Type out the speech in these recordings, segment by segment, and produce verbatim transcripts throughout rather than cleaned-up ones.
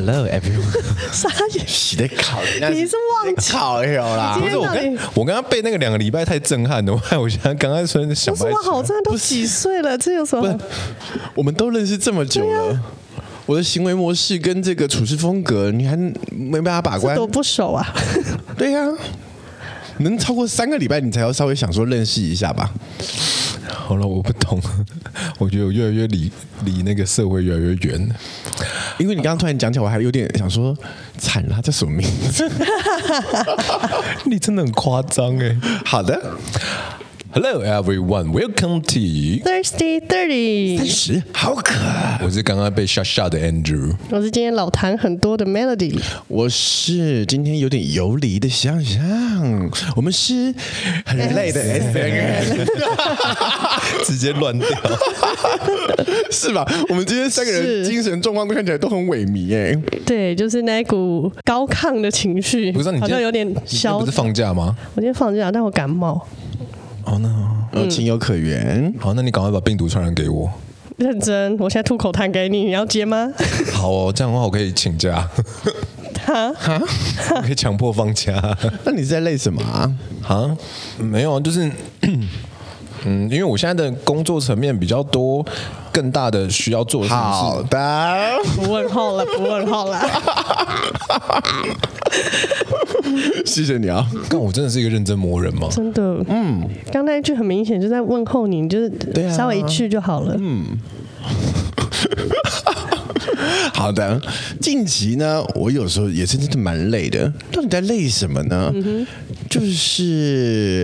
Hello everyone， 傻眼， 洗的烤， 你是忘记烤有啦？ 不是我刚我刚刚被那个两个礼拜太震撼了，我害我现在刚刚说想不起来。 我好，真的都几岁了，这有什么？ 我们都认识这么久了。啊、我的行为模式跟这个处事风格，你还没办法把关， 多不熟啊！ 对呀、啊，能超过三个礼拜，你才要稍微想说认识一下吧。好了，我不懂，我觉得我越来越离离那个社会越来越远，因为你刚刚突然讲起来，我还有点想说，惨了，这什么名字？你真的很夸张哎。好的。Hello everyone, welcome to Thirsty Thirty。 三十好渴。我是刚刚被 shut shut 的 Andrew。 我是今天老痰很多的 Melody。 我是今天有点游离的想想。我们是很累的 S N N。直接乱掉。是吧？我们今天三个人精神状况都看起来都很萎靡哎。 对，就是那一股高亢的情绪， 不是你好像有点消。 不是放假吗？ 我今天放假，但我感冒。 哦，那呃情有可原。好，那你赶快把病毒传染给我。 认真，我现在吐口痰给你，你要接吗？ 好哦，这样的话我可以请假。 哈哈， 我可以强迫放假。那你是在累什么啊？啊，没有啊，就是。嗯，因为我现在的工作层面比较多，更大的需要做的事情。好的， 不问候了，不问候了。 谢谢你啊！但我真的是一个认真磨人吗？ 真的，嗯，刚那一句很明显就在问候你，就是稍微一句就好了。嗯。好的，近期呢，我有时候也是真的蛮累的。到底在累什么呢？嗯、就是，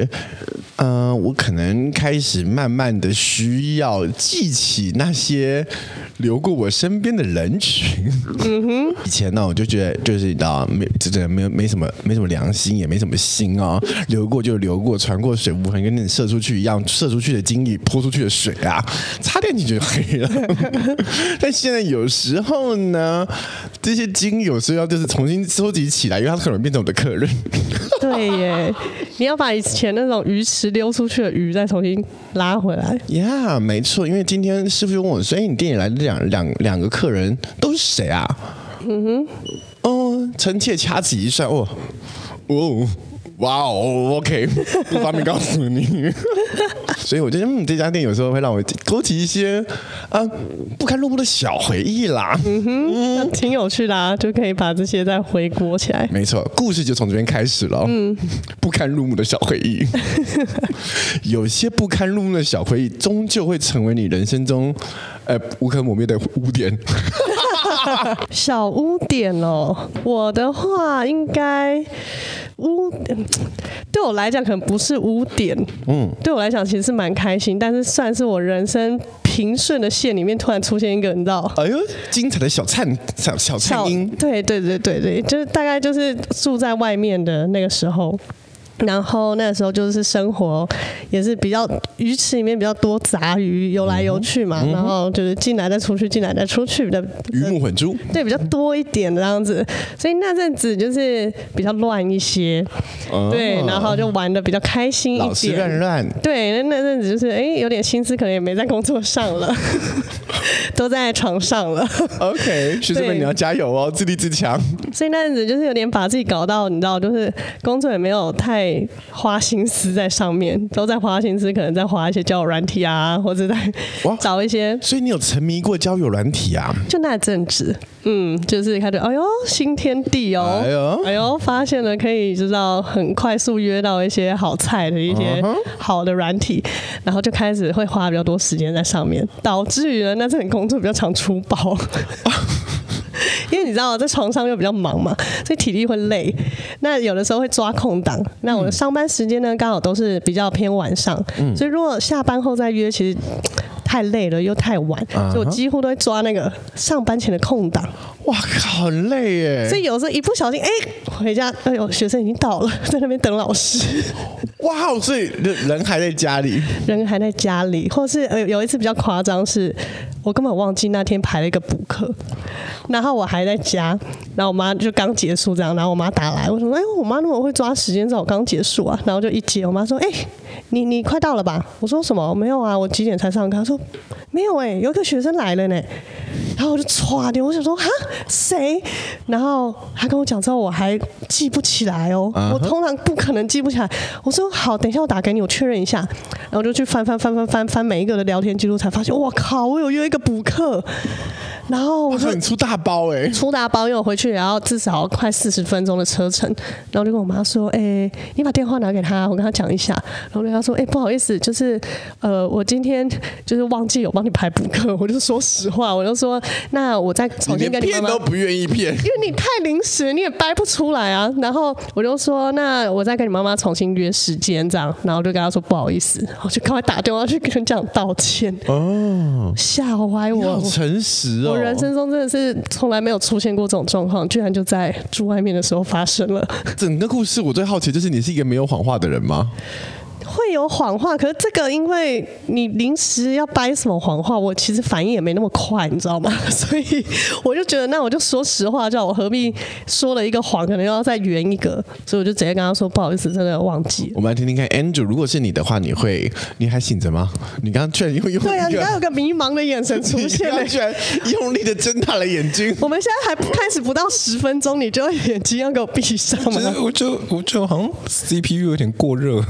嗯、呃，我可能开始慢慢的需要记起那些流过我身边的人群。嗯哼，以前呢，我就觉得就是你知道，没真的没有没什么没什么良心，也没什么心啊、哦，流过就流过，船过水无痕，跟你射出去一样，射出去的精液泼出去的水啊，差点你就黑了。但现在有时候呢，这些精有时候要就是重新收集起来，因为它可能变成我的客人。对耶，你要把以前那种鱼池溜出去的鱼再重新拉回来。 呀、yeah, 没错，因为今天师傅就问我说：“哎，你店里来的两两两个客人都是谁啊？”嗯哼，哦，臣妾掐指一算，哦，哦。哇哦 ，OK， 不方便告诉你，所以我觉得嗯，这家店有时候会让我勾起一些啊不堪入目的小回忆啦。 嗯哼，嗯挺有趣的啊，就可以把这些再回锅起来。 没错，故事就从这边开始了。嗯，不堪入目的小回忆，有些不堪入目的小回忆，终究会成为你人生中呃无可磨灭的污点。 小污点哦，我的话应该污点。对我来讲可能不是污点，嗯，对我来讲其实是蛮开心，但是算是我人生平顺的线里面突然出现一个，你知道？ 哎呦，精彩的小灿小小灿音， 对对对对对，就是大概就是住在外面的那个时候。然后那个时候就是生活也是比较鱼池里面比较多杂鱼游来游去嘛，嗯、然后就是进来再出去，进来再出去的鱼目混珠， 对，比较多一点这样子，所以那阵子就是比较乱一些，哦、对，然后就玩的比较开心一点， 老是乱乱， 对，那那阵子就是哎有点心思可能也没在工作上了，都在床上了。OK， 学生们你要加油哦，自立自强。所以那阵子就是有点把自己搞到你知道，就是工作也没有太花心思在上面，都在花心思，可能在花一些交友软体啊，或者在找一些。 所以你有沉迷过交友软体啊？ 就那阵子，嗯，就是开始，哎呦，新天地哦，哎呦，哎呦，发现了可以知道很快速约到一些好菜的一些好的软体，然后就开始会花比较多时间在上面，导致于呢，那阵工作比较常出包。因为你知道在床上又比较忙嘛，所以体力会累。那有的时候会抓空档。那我的上班时间呢，刚好都是比较偏晚上，嗯、所以如果下班后再约，其实太累了又太晚，uh-huh. 所以我几乎都会抓那个上班前的空档。 哇靠，很累耶！ 所以有时候一不小心，哎、欸，回家，哎呦，学生已经到了，在那边等老师。 哇，所以人还在家里， 人还在家里，或是呃有一次比较夸张是。 我根本忘记那天排了一个补课，然后我还在家，然后我妈就刚结束这样，然后我妈打来，我说：“哎，我妈那么会抓时间，在我刚结束啊。”然后就一接，我妈说：“哎，你你快到了吧？”我说：“什么？没有啊，我几点才上课？”她说：“没有哎、欸，有一个学生来了呢。”然后我就唰点，我想说：“哈，谁？”然后她跟我讲之后，我还记不起来哦， uh-huh. 我通常不可能记不起来。我说：“好，等一下我打给你，我确认一下。”然后就去翻翻翻翻翻翻每一个的聊天记录，才发现，哇靠，我有约一个补课。然后我说你出大包哎、欸， 出大包，因为我回去也要至少快四十分钟的车程，然后就跟我妈说，哎、欸，你把电话拿给她，我跟她讲一下。然后我跟她说，哎、欸，不好意思，就是呃，我今天就是忘记有帮你排补课，我就说实话，我就说，那我再重新跟你妈妈， 你连骗都不愿意骗， 因为你太临时，你也掰不出来啊。然后我就说，那我再跟你妈妈重新约时间这样，然后就跟她说不好意思，我就赶快打电话去跟人家道歉。哦，吓坏我， 好诚实哦。 我人生中真的是从来没有出现过这种状况，居然就在住外面的时候发生了。 整个故事我最好奇就是你是一个没有谎话的人吗？ 会有谎话，可是这个因为你临时要掰什么谎话，我其实反应也没那么快，你知道吗？所以我就觉得，那我就说实话，叫我何必说了一个谎，可能又要再圆一个，所以我就直接跟他说不好意思，真的忘记了。 我们来听听看 ，Andrew， 如果是你的话，你会，你还醒着吗？你刚刚居然用用对啊，你刚刚有个迷茫的眼神出现了， 你居然用力的睁大了眼睛。 我们现在还开始不到十分钟，你就眼睛要给我闭上吗？ 我就我就好像 C P U 有点过热。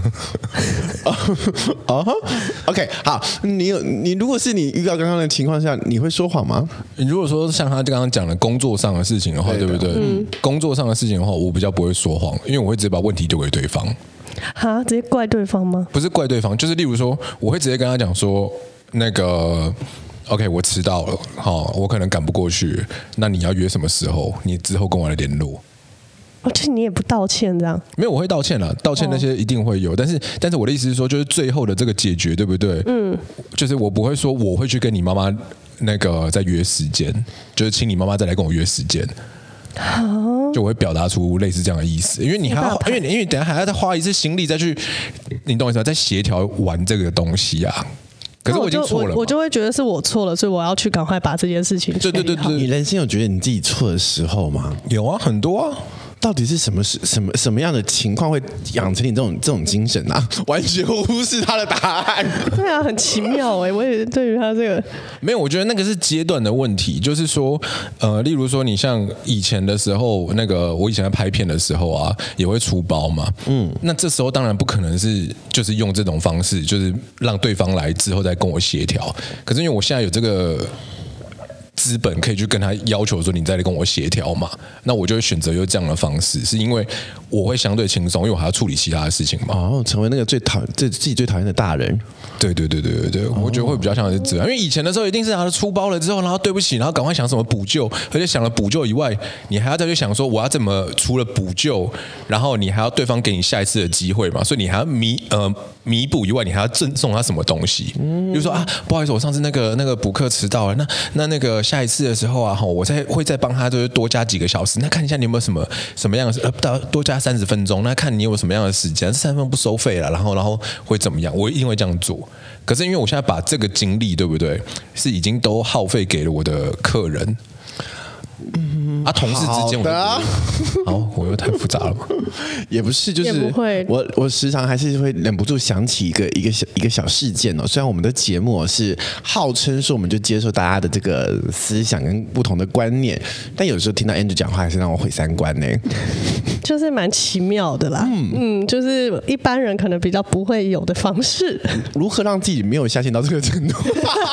哦、oh, ，OK， 好，你有你如果是你遇到刚刚的情况下，你会说谎吗？ 你如果说像他刚刚讲的工作上的事情的话，对, 对不对、嗯？工作上的事情的话，我比较不会说谎，因为我会直接把问题丢给对方。 哈，直接怪对方吗？ 不是怪对方，就是例如说，我会直接跟他讲说，那个 OK， 我迟到了，好，我可能赶不过去，那你要约什么时候？你之后跟我来联络。 而且你也不道歉，这样没有，我会道歉了，道歉那些一定会有，哦、但是但是我的意思是说，就是最后的这个解决，对不对？嗯，就是我不会说我会去跟你妈妈那个再约时间，就是请你妈妈再来跟我约时间。就我会表达出类似这样的意思，因为你还要，因为因为等一下还要再花一次心力再去，你懂我意思吗？再协调完这个东西啊。可是我已经错了嘛， 我就我就会觉得是我错了，所以我要去赶快把这件事情处理好。 对对对对， 你人生有觉得你自己错的时候吗？ 有啊，很多啊。 到底是什么什么什么样的情况会养成你这种这种精神啊？完全忽视他的答案。 对啊，很奇妙哎、欸！我也对于他这个没有，我觉得那个是阶段的问题，就是说，呃，例如说你像以前的时候，那个我以前在拍片的时候啊，也会出包嘛，嗯，那这时候当然不可能是就是用这种方式，就是让对方来之后再跟我协调。可是因为我现在有这个资本可以去跟他要求说你再来跟我协调嘛，那我就会选择用这样的方式，是因为我会相对轻松，因为我还要处理其他的事情嘛。 哦，成为那个最讨自自己最讨厌的大人。 对对对对对对，我觉得会比较像是这样，因为以前的时候一定是他出包了之后，然后对不起，然后赶快想什么补救，而且想了补救以外，你还要再去想说我要怎么除了补救，然后你还要对方给你下一次的机会嘛，所以你还要弥呃弥补以外，你还要赠送他什么东西？嗯，比如说啊，不好意思，我上次那个那个补课迟到了，那那那个下一次的时候啊，我再会再帮他就是多加几个小时，那看一下你有没有什么什么样的呃多加三十分钟，那看你有什么样的时间，三分钟不收费了，然后然后会怎么样？我一定会这样做。可是因为我现在把这个精力，对不对，是已经都耗费给了我的客人。嗯，啊，同事之间我好的， 好，我又太复杂了嘛。 也不是，就是我我时常还是会忍不住想起一个一个小一个小事件哦。虽然我们的节目是号称说我们就接受大家的这个思想跟不同的观念，但有时候听到 Andrew 讲话还是让我毁三观呢。 就是蛮奇妙的啦，嗯, 嗯，就是一般人可能比较不会有的方式。 如何让自己没有下线到这个程度？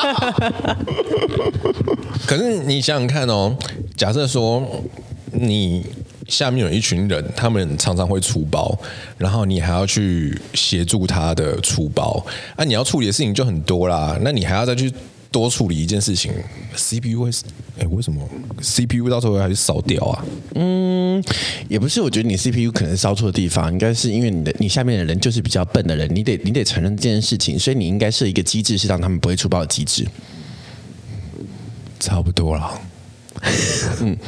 可是你想想看哦，假设说你下面有一群人，他们常常会出包，然后你还要去协助他的出包，啊，你要处理的事情就很多啦，那你还要再去多处理一件事情 ，C P U 会，哎，为什么 C P U 到时候还是烧掉啊？ 嗯，也不是，我觉得你 C P U 可能烧错的地方，应该是因为你的你下面的人就是比较笨的人，你得你得承认这件事情，所以你应该设一个机制，是让他们不会出包的机制。 差不多啦。嗯，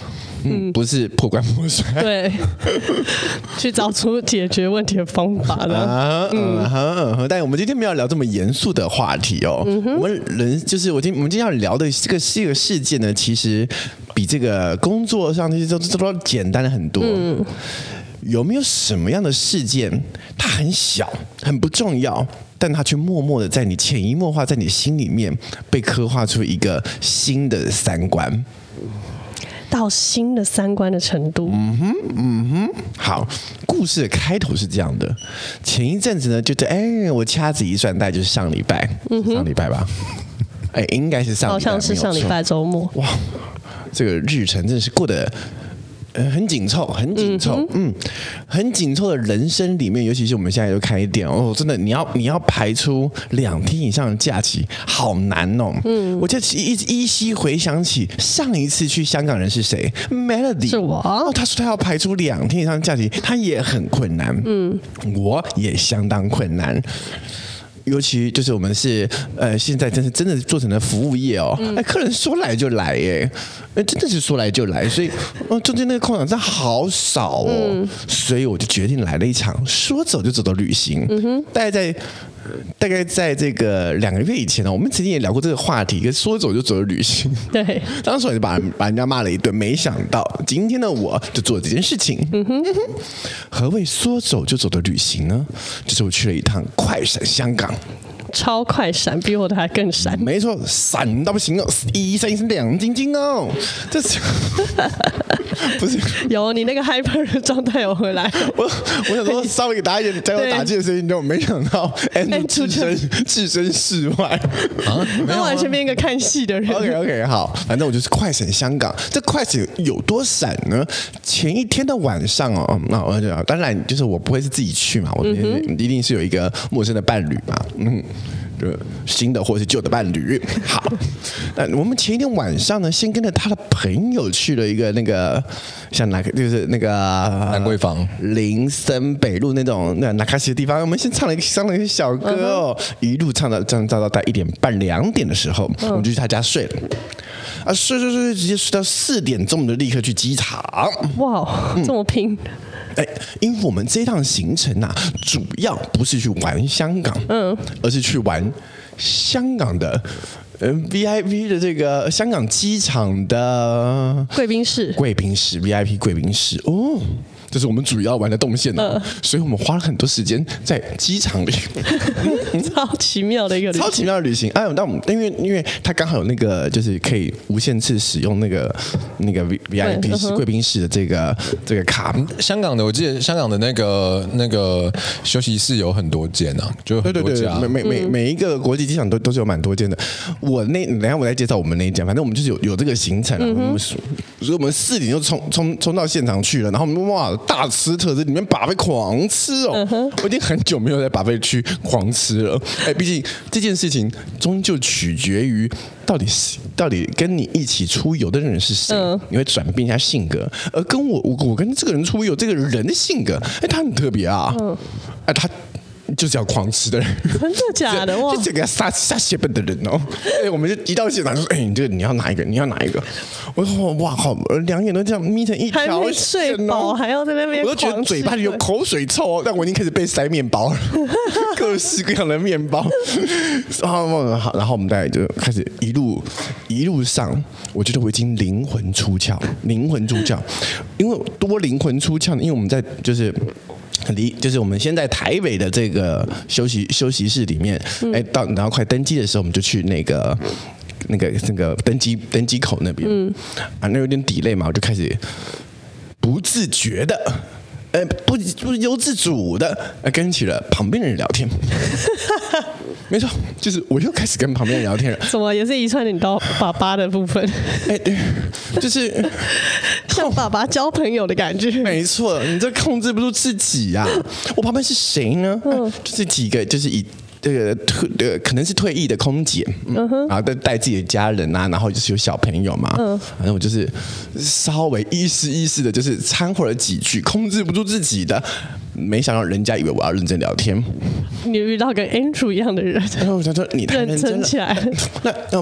嗯，不是破罐破摔。 对，去找出解决问题的方法了。 啊，嗯嗯嗯，但我们今天没有聊这么严肃的话题哦。 嗯我们人就是我今我们今天要聊的这个这个事件呢，其实比这个工作上那些都都简单了很多。嗯，有没有什么样的事件，它很小，很不重要，但它却默默的在你潜移默化，在你心里面被刻画出一个新的三观？ 到新的三观的程度。 嗯哼，嗯哼，好，故事的开头是这样的：前一阵子呢，觉得哎，我掐指一算，大概就是上礼拜，嗯、上礼拜吧，哎，应该是上礼拜， 好像是上礼拜周末。 哇，这个日程真的是过得。呃，很紧凑，很紧凑，嗯，嗯，很紧凑的人生里面，尤其是我们现在又开店哦，真的，你要你要排出两天以上的假期，好难哦。嗯，我就一依稀回想起上一次去香港人是谁 ，Melody， 是我。 哦，他说他要排出两天以上的假期，他也很困难，嗯，我也相当困难。尤其就是我们是呃，现在真是真的做成了服务业哦，哎、嗯，客人说来就来耶，哎，真的是说来就来，所以哦，中间那个空档真的好少哦，嗯、所以我就决定来了一场说走就走的旅行，嗯哼，大概在。大概在这个两个月以前呢，我们曾经也聊过这个话题，一个说走就走的旅行。 对， 当时我就把把人家骂了一顿，没想到今天的我就做了这件事情。嗯哼，何谓说走就走的旅行呢？就是我去了一趟快闪香港。 超快闪，比我的还更闪。 没错，闪到不行哦，一闪一闪亮晶晶哦，这是不是？ 有你那个 hyper 的状态有回来。 我我想说稍微给大家一点加油打气的声音，就没想到 Andrew 置身置身事外啊，他完全变一个看戏的人。 OK OK， 好，反正我就是快闪香港。这快闪有多闪呢？前一天的晚上哦，那我当然就是我不会是自己去嘛，我一定是有一个陌生的伴侣嘛，嗯。新的或是旧的伴侣，好，那我们前一天晚上呢，先跟着他的朋友去了一个那个像哪个就是那个兰桂坊林森北路那种那纳卡西的地方，我们先唱了一个唱了一个小歌哦，嗯、一路唱到唱到到大概一点半两点的时候，嗯、我们就去他家睡了。啊，睡睡睡，直接睡到四点钟，我们就立刻去机场。 哇，这么拼！ 哎，因为我们这一趟行程啊，主要不是去玩香港，嗯，而是去玩香港的，呃 V I P 的这个香港机场的贵宾室， 贵宾室 V I P 贵宾室哦。这是我们主要玩的动线的、啊，呃、所以我们花了很多时间在机场里， 超奇妙的一个旅行， 超奇妙的旅行。哎，那我们因为因为它刚好有那个就是可以无限次使用那个那个 V I P 室贵宾室的这个这个卡。 香港的我记得香港的那个那个休息室有很多间啊，就很多家， 对对对，每每每每一个国际机场都都是有蛮多间的。我那等一下我再介绍我们那一家，反正我们就是有有这个行程啊。嗯、我们所以我们四点就冲冲冲到现场去了，然后我们哇。大吃特吃，里面把费狂吃哦！嗯、我已经很久没有在把费区狂吃了。哎，毕竟这件事情终究取决于到底是到底跟你一起出游的人是谁，嗯、你会转变一下性格。而跟我我我跟这个人出游，这个人的性格，哎，他很特别啊！嗯、哎，他。就是要狂吃的人， 真的假的哇？ 就这个杀杀血本的人哦！哎，我们就一到现场就说：“哎，你这个你要哪一个？你要哪一个？”我说：“哇，好，两眼都这样眯成一条线哦， 还没睡饱，还要在那边。” 我都觉得嘴巴里有口水臭哦，但我已经开始被塞面包了，各式各样的面包。好，然后我们大概就开始一路一路上，我觉得我已经灵魂出窍，灵魂出窍，因为多灵魂出窍呢，因为我们在就是。离就是我们先在台北的这个休息休息室里面，哎、嗯，到然后快登机的时候，我们就去那个那个那个登机登机口那边，嗯，啊，那有点delay嘛，我就开始不自觉的，呃，不不由自主的，呃，跟起了旁边的人聊天。没错，就是我又开始跟旁边人聊天了。 什么也是遗传你到爸爸的部分？ 哎，对，就是像爸爸交朋友的感觉。 没错，你这控制不住自己呀、啊。我旁边是谁呢？嗯，就是几个，就是以。这个退呃可能是退役的空姐，嗯，然后带带自己的家人啊，然后就是有小朋友嘛，嗯，反正我就是稍微意识意识的，就是掺和了几句，控制不住自己的，没想到人家以为我要认真聊天。 你遇到跟 Andrew 一样的人， 然后我想说你太认真了， 起来。 那那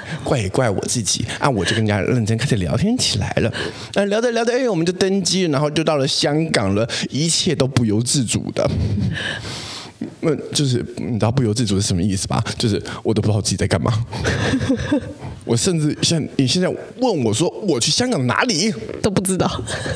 怪也怪我自己啊，我就跟人家认真开始聊天起来了。那聊着聊着，哎，我们就登机，然后就到了香港了，一切都不由自主的。那就是你知道不由自主是什么意思吧？就是我都不知道自己在干嘛。我甚至现你现在问我说我去香港哪里都不知道，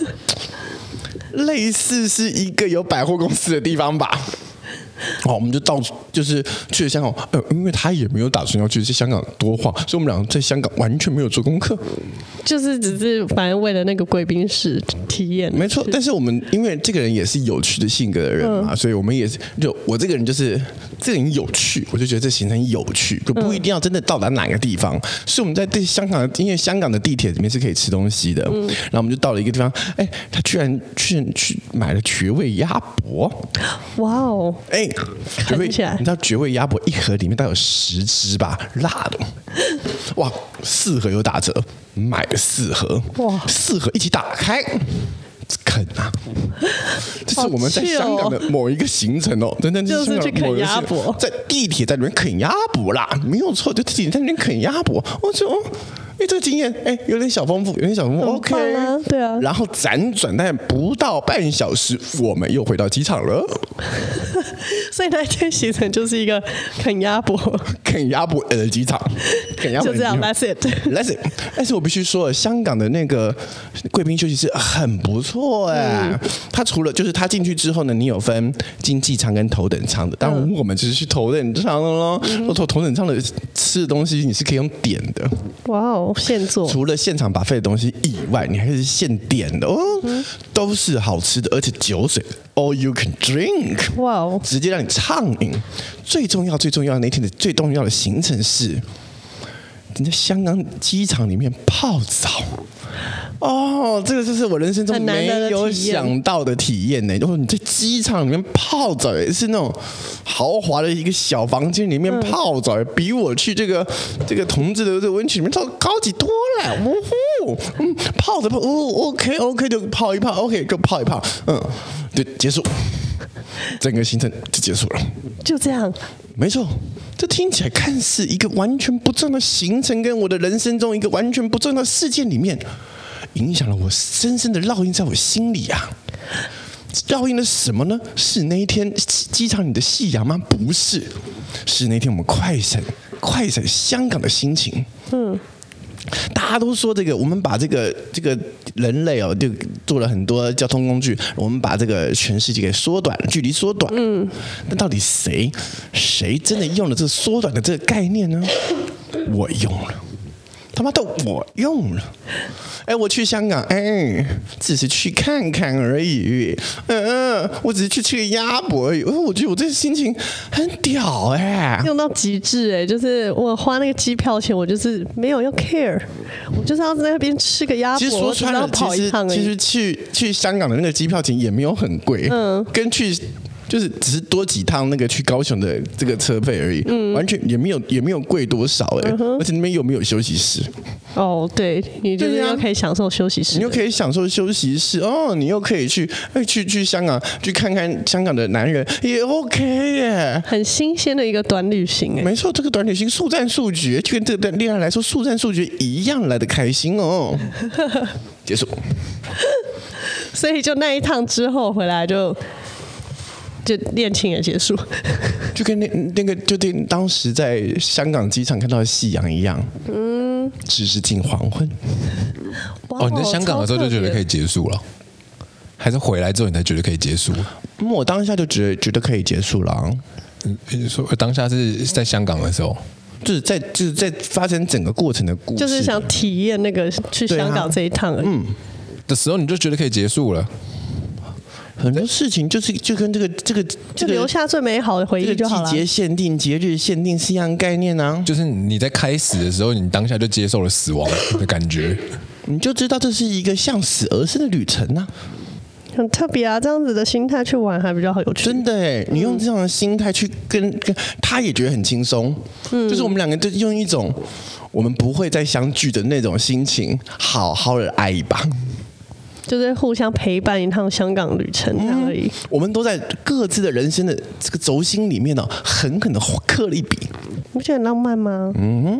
类似是一个有百货公司的地方吧。好，我们就到就是去了香港，呃，因为他也没有打算要去香港多晃，所以我们两个在香港完全没有做功课， 就是只是反正为了那个贵宾室体验。 没错，但是我们因为这个人也是有趣的性格的人嘛，嗯、所以我们也是就我这个人就是这个人有趣，我就觉得这行程有趣，就不一定要真的到达哪个地方。嗯、所以我们在对香港，因为香港的地铁里面是可以吃东西的，嗯、然后我们就到了一个地方，哎，他居然去去买了绝味鸭脖， 哇哦， 哎。绝味，你知道绝味鸭脖一盒里面大概有十只吧，辣的，哇，四盒有打折，买了四盒，哇，四盒一起打开。啃啊！这是我们在香港的某一个行程哦，真的就是去啃鸭脖， 在地铁在里面啃鸭脖啦，没有错，就地铁在里面啃鸭脖。我说，哎，这个经验，哎，有点小丰富，有点小丰富 ，OK， 啊，对啊。 然后辗转但不到半小时，我们又回到机场了。 所以那天行程就是一个啃鸭脖， 啃鸭脖的机场，啃鸭脖就这样 ，That's it，That's it。但是我必须说，香港的那个贵宾休息室很不错哎、嗯。它除了就是它进去之后呢，你有分经济舱跟头等舱的，当然我们就是去头等舱的咯。嗯、头头等舱的吃的东西你是可以用点的， 哇哦，现做。 除了现场buffet的东西以外，你还是现点的哦，嗯、都是好吃的，而且酒水 all you can drink， 哇哦， 直接让你畅饮。最重要、最重要的那天的最重要的行程是，你在香港机场里面泡澡。哦，这个就是我人生中没有想到的体验呢。然后你在机场里面泡澡，也是那种豪华的一个小房间里面泡澡，嗯、比我去这个这个同志的这个温泉里面泡高级多了。呜呼，嗯，泡着泡，哦 ，OK OK 就泡一泡 ，OK 就泡一泡，嗯，对，结束，整个行程就结束了， 就这样。 没错，这听起来看似一个完全不重要的行程，跟我的人生中一个完全不重要的事件里面。影响了我，深深的烙印在我心里啊！烙印了什么呢？是那一天机场里的夕阳吗？不是，是那天我们快闪快闪香港的心情。嗯，大家都说这个，我们把这个这个人类哦，就做了很多交通工具，我们把这个全世界给缩短了，距离缩短。嗯，那到底谁谁真的用了这缩短的这个概念呢？我用了。他妈的，我用了！哎，我去香港，哎，只是去看看而已。嗯，我只是去吃个鸭脖而已。我觉得我这心情很屌哎、欸， 用到极致哎、欸，就是我花那个机票钱，我就是没有要 care， 我就是要在那边吃个鸭脖。 其实说穿了， 跑一趟而已其实其实去去香港的那个机票钱也没有很贵，嗯，跟去。就是只是多几趟那个去高雄的这个车费而已，嗯、完全也没有也没有贵多少哎、欸，嗯、而且那边又没有休息室。 哦，对，你就是又可以享受休息室， 你又可以享受休息室哦，你又可以去去去香港去看看香港的男人也 OK 耶， 很新鲜的一个短旅行哎。 没错，这个短旅行速战速决，就跟这段恋爱来说速战速决一样来的开心哦。结束。 所以就那一趟之后回来就。就恋情也结束， 就跟那那个就跟当时在香港机场看到的夕阳一样，嗯，只是近黄昏。 哦，你在香港的时候就觉得可以结束了，还是回来之后你才觉得可以结束？ 嗯，我当下就觉得觉得可以结束了。 嗯，说当下是在香港的时候， 就是在就是在发生整个过程的故事， 就是想体验那个去香港这一趟而已。嗯， 的时候你就觉得可以结束了。 很多事情就是就跟这个这个就留下最美好的回忆就好了。 季节限定、节日限定是一样概念啊。 就是你在开始的时候，你当下就接受了死亡的感觉， 你就知道这是一个向死而生的旅程啊。 很特别啊，这样子的心态去玩还比较好有趣。 真的哎，你用这样的心态去跟跟他也觉得很轻松。嗯，就是我们两个就用一种我们不会再相聚的那种心情，好好的爱一把。 就是互相陪伴一趟香港旅程这样而已、嗯。 我们都在各自的人生的这个轴心里面呢、哦，狠狠的刻了一笔。 不觉得很浪漫吗？嗯哼，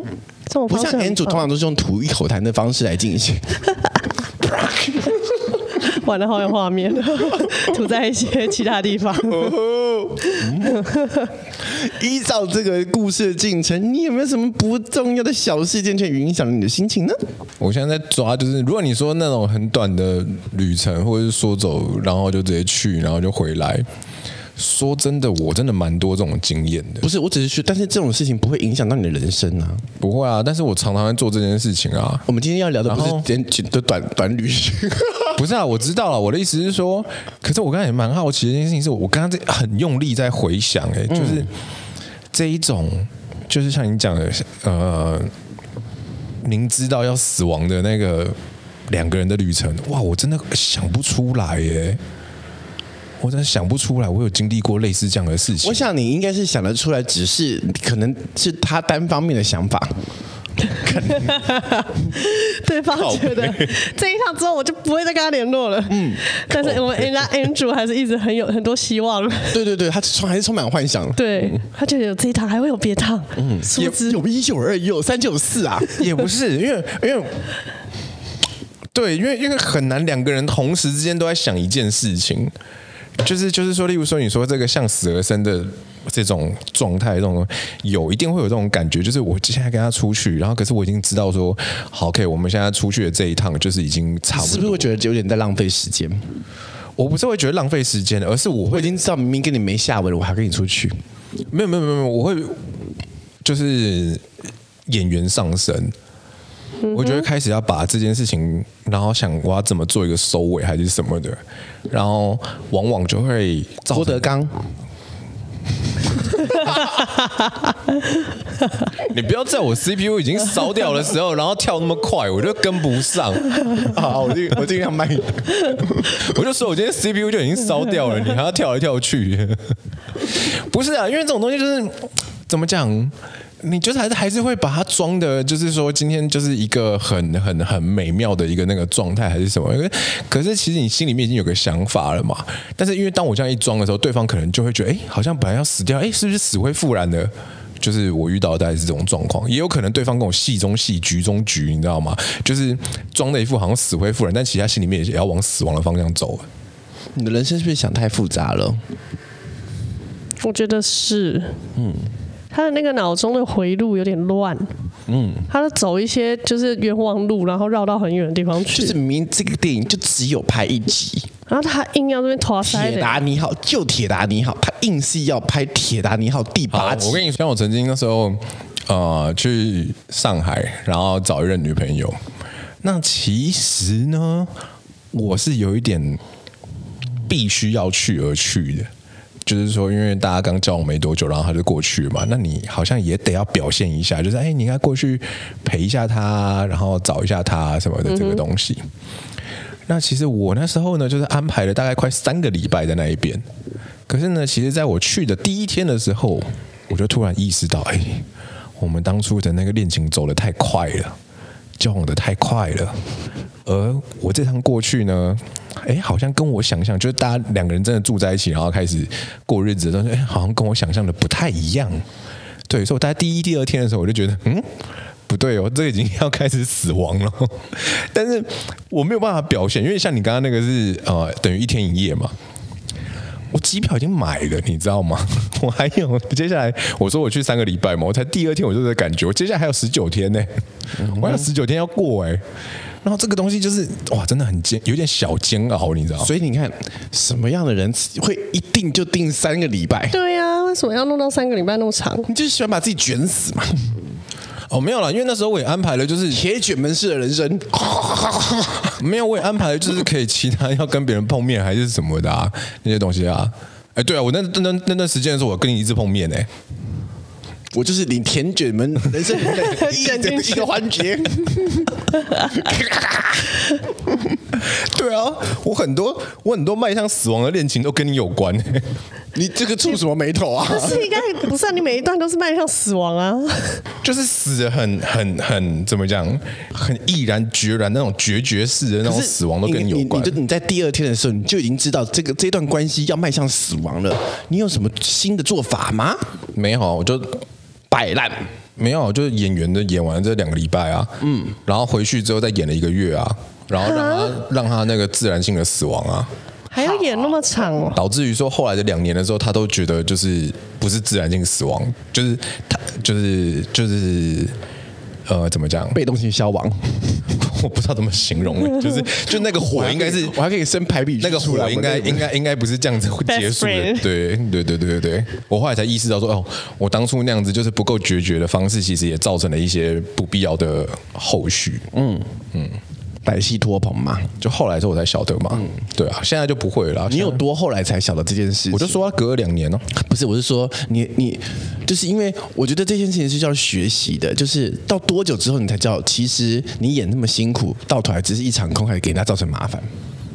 这种不像方式很 Andrew 通常都是用吐一口痰的方式来进行。 玩的好有画面，吐在一些其他地方。 依照这个故事的进程，你有没有什么不重要的小事件却影响了你的心情呢？ 我现在在抓，就是如果你说那种很短的旅程，或者是说走，然后就直接去，然后就回来。说真的，我真的蛮多这种经验的。 不是，我只是说，但是这种事情不会影响到你的人生啊。 不会啊，但是我常常在做这件事情啊。 我们今天要聊的不是简的短短旅行， 不是啊，我知道了。我的意思是说，可是我刚才也蛮好奇的一件事情是，我刚刚在很用力在回想、欸，哎、嗯，就是这一种，就是像你讲的，呃，明知道要死亡的那个两个人的旅程，哇，我真的想不出来耶、欸。我真的想不出来，我有经历过类似这样的事情。 我想你应该是想得出来，只是可能是他单方面的想法。 对方觉得这一趟之后我就不会再跟他联络了。嗯，但是我们人家 Andrew 还是一直很有很多希望。 对对对，他还是充满幻想。 对，他觉得有这一趟还会有别趟。嗯， 也有一有二有三就有四啊， 也不是因为因为。对，因为因为很难两个人同时之间都在想一件事情。就是就是说，例如说，你说这个向死而生的这种状态，这种有一定会有这种感觉，就是我接下来跟他出去，然后可是我已经知道说，好 ，OK， 我们现在出去的这一趟就是已经差不多， 是不是会觉得有点在浪费时间？ 我不是会觉得浪费时间，而是我会我已经知道明明跟你没下文了，我还跟你出去， 没有没有没有，我会就是演员上身。我就会开始要把这件事情，然后想我要怎么做一个收尾还是什么的，然后往往就会郭德纲。 你不要在我 C P U 已经烧掉的时候，然后跳那么快，我就跟不上。 好，我尽我尽量慢一点。 我就说我今天 C P U 就已经烧掉了，你还要跳来跳去。不是啊，因为这种东西就是怎么讲？你就是还是还是会把它装的，就是说今天就是一个很很很美妙的一个那个状态，还是什么？可是其实你心里面已经有个想法了嘛。但是因为当我这样一装的时候，对方可能就会觉得，哎，好像本来要死掉，哎，是不是死灰复燃的？就是我遇到的大概是这种状况，也有可能对方跟我戏中戏、局中局，你知道吗？就是装的一副好像死灰复燃，但其实他心里面也要往死亡的方向走。 你的人生是不是想太复杂了？ 我觉得是，嗯。他的那个脑中的回路有点乱，嗯，他走一些就是冤枉路，然后绕到很远的地方去。 就是明明这个电影就只有拍一集， 然后他硬要这边拖塞。 铁达尼号就铁达尼号，他硬是要拍铁达尼号第八集。 我跟你说，我曾经那时候呃去上海，然后找一任女朋友。那其实呢，我是有一点必须要去而去的。就是说，因为大家刚交往没多久，然后他就过去嘛，那你好像也得要表现一下，就是哎，你应该过去陪一下他，然后找一下他什么的这个东西。嗯、那其实我那时候呢，就是安排了大概快三个礼拜在那一边。可是呢，其实在我去的第一天的时候，我就突然意识到，哎，我们当初的那个恋情走得太快了，交往得太快了，而我这趟过去呢。哎，好像跟我想象，就是大家两个人真的住在一起，然后开始过日子的时候，哎，好像跟我想象的不太一样。对，所以我在第一、第二天的时候，我就觉得，嗯，不对哦，这已经要开始死亡了。但是我没有办法表现，因为像你刚刚那个是呃，等于一天一夜嘛。我机票已经买了，你知道吗？我还有接下来，我说我去三个礼拜嘛，我才第二天我就这感觉，我接下来还有十九天呢，我还有十九天要过哎。然后这个东西就是哇，真的很煎，有点小煎熬，你知道吗？ 所以你看，什么样的人会一定就定三个礼拜？ 对呀、啊，为什么要弄到三个礼拜那么长？ 你就是喜欢把自己卷死嘛。 哦，没有啦，因为那时候我也安排了，就是铁卷门式的人生。 没有，我也安排了，就是可以其他要跟别人碰面还是什么的啊，那些东西啊。哎，对啊，我那那那那段时间的时候，我跟你一直碰面哎、欸。 我就是你铁卷门人生的一一个环节。 对啊，我很多我很多迈向死亡的恋情都跟你有关、欸。 你这个触什么眉头啊？ 不是应该不是啊？你每一段都是迈向死亡啊， 就是死的很很很怎么讲，很毅然决然那种决绝式的那种死亡都跟你有关。 你你你在第二天的时候，你就已经知道这个这段关系要迈向死亡了。你有什么新的做法吗？ 没有，我就摆烂。 没有，就是演员的演完这两个礼拜啊，嗯，然后回去之后再演了一个月啊，然后让他让他那个自然性的死亡啊。 还要演那么长哦， 导致于说后来的两年的时候，他都觉得就是不是自然性死亡，就是他就是就是呃怎么讲， 被动性消亡， 我不知道怎么形容，就是就那个火应该是我还可以生排比句那个火应该应该应该不是这样子会结束的，对对对对对对，我后来才意识到说哦，我当初那样子就是不够决绝的方式，其实也造成了一些不必要的后续，嗯嗯。 百戏拖棚嘛， 就后来之后我才晓得嘛，嗯、对啊，现在就不会了。 你有多后来才晓得这件事情？ 我就说隔了两年哦， 不是，我是说你你就是因为我觉得这件事情是叫学习的，就是到多久之后你才知道，其实你演那么辛苦，到头来只是一场空，还给人家造成麻烦。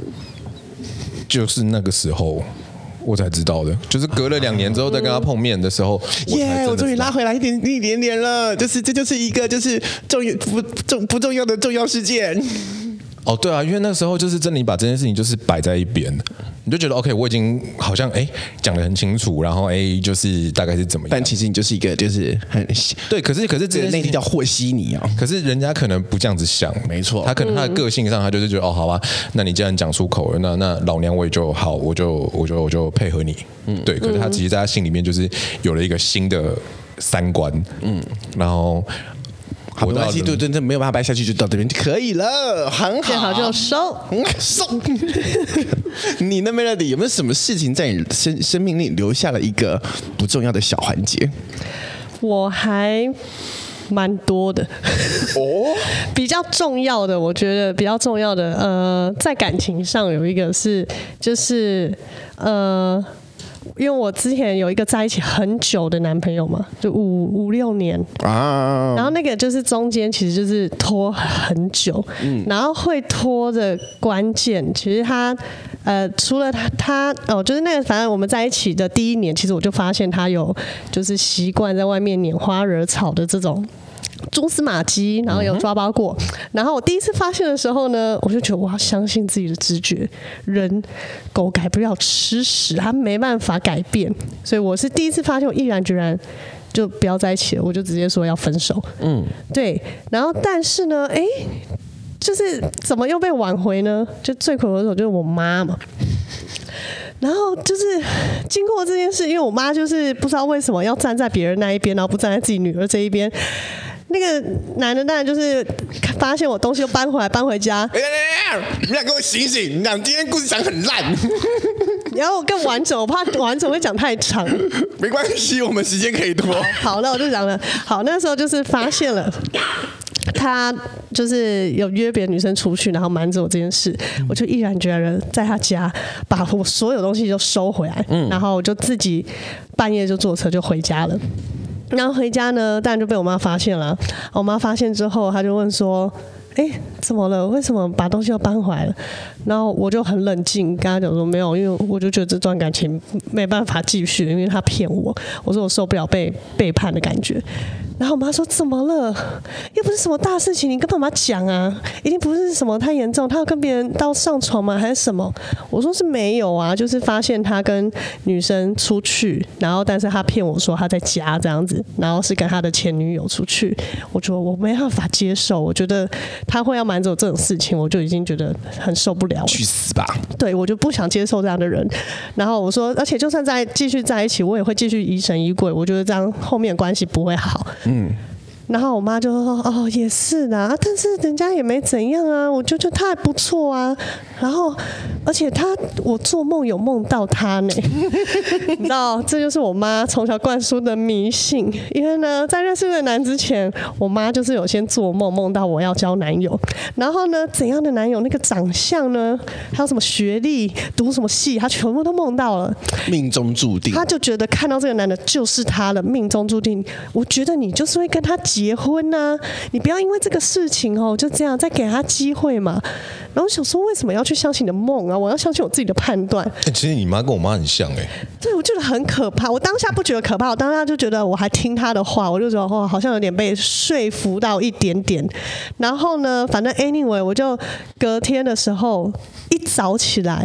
就是那个时候。我才知道的，就是隔了两年之后再跟他碰面的时候， 耶！我终于拉回来一点一点点了，就是这就是一个就是重要不重不重要的重要事件。 哦，对啊，因为那时候就是真的，你把这件事情就是摆在一边，你就觉得 OK， 我已经好像哎讲得很清楚，然后哎就是大概是怎么样， 但其实你就是一个就是很对，可是可是这个内地叫和稀泥啊， 可是人家可能不这样子想， 没错， 他可能他的个性上他就是觉得、嗯、哦好吧，那你既然讲出口了，那那老娘我也就好，我就我就我就配合你，嗯，对，可是他其实在他心里面就是有了一个新的三观，嗯，然后。 好，没关系，对，真的没有办法掰下去，就到这边就可以了，很好， 见好就收， 嗯，收。你那 Melody 有没有什么事情在你生生命里留下了一个不重要的小环节？ 我还蛮多的哦，比较重要的，我觉得比较重要的，呃，在感情上有一个是，就是呃。因为我之前有一个在一起很久的男朋友嘛，就五五六年啊，然后那个就是中间其实就是拖很久，嗯，然后会拖的关键，其实他呃除了他他哦，就是那个反正我们在一起的第一年，其实我就发现他有就是习惯在外面拈花惹草的这种。蛛丝马迹，然后有抓包过。然后我第一次发现的时候呢，我就觉得我要相信自己的直觉，人狗改不了吃屎，它没办法改变。所以我是第一次发现，我毅然决然就不要在一起了，我就直接说要分手。嗯，对。然后但是呢，哎，就是怎么又被挽回呢？就罪魁祸首就是我妈嘛。然后就是经过这件事，因为我妈就是不知道为什么要站在别人那一边，然后不站在自己女儿这一边。那个男的当然就是发现我东西又搬回来搬回家， 哎哎哎，你们俩给我醒醒！你俩今天故事讲很烂， 然后我更完整，我怕完整会讲太长。 没关系，我们时间可以拖。 好，那我就讲了。好，那时候就是发现了。他就是有约别的女生出去，然后瞒着我这件事，我就毅然决然在他家把我所有东西都收回来，嗯、然后我就自己半夜就坐车就回家了。然后回家呢，当然就被我妈发现了。我妈发现之后，她就问说：“哎，怎么了？为什么把东西又搬回来了？”然后我就很冷静跟她讲说：“没有，因为我就觉得这段感情没办法继续，因为他骗我。我说我受不了被背叛的感觉。”然后我妈说：“怎么了？又不是什么大事情，你跟爸妈讲啊！一定不是什么太严重，他要跟别人到上床吗？还是什么？”我说：“是没有啊，就是发现他跟女生出去，然后但是他骗我说他在家这样子，然后是跟他的前女友出去。我觉得我没办法接受，我觉得他会要瞒着我这种事情，我就已经觉得很受不了了。 去死吧！ 对，我就不想接受这样的人。然后我说，而且就算再继续在一起，我也会继续疑神疑鬼。我觉得这样后面关系不会好。”嗯，然后我妈就说：“哦，也是的、啊，但是人家也没怎样啊，我就觉得他还不错啊。然后，而且他，我做梦有梦到他呢，你知道，这就是我妈从小灌输的迷信。因为呢，在认识这个男之前，我妈就是有先做梦，梦到我要交男友。然后呢，怎样的男友，那个长相呢，还有什么学历，读什么系，她全部都梦到了， 命中注定。 她就觉得看到这个男的就是他了，命中注定。我觉得你就是会跟他结婚啊，你不要因为这个事情哦，就这样再给他机会嘛。然后想说，为什么要去相信你的梦啊？我要相信我自己的判断。 欸、其实你妈跟我妈很像哎、欸。 对，我觉得很可怕。我当下不觉得可怕，我当下就觉得我还听她的话，我就觉得哦，好像有点被说服到一点点。然后呢，反正 anyway， 我就隔天的时候一早起来。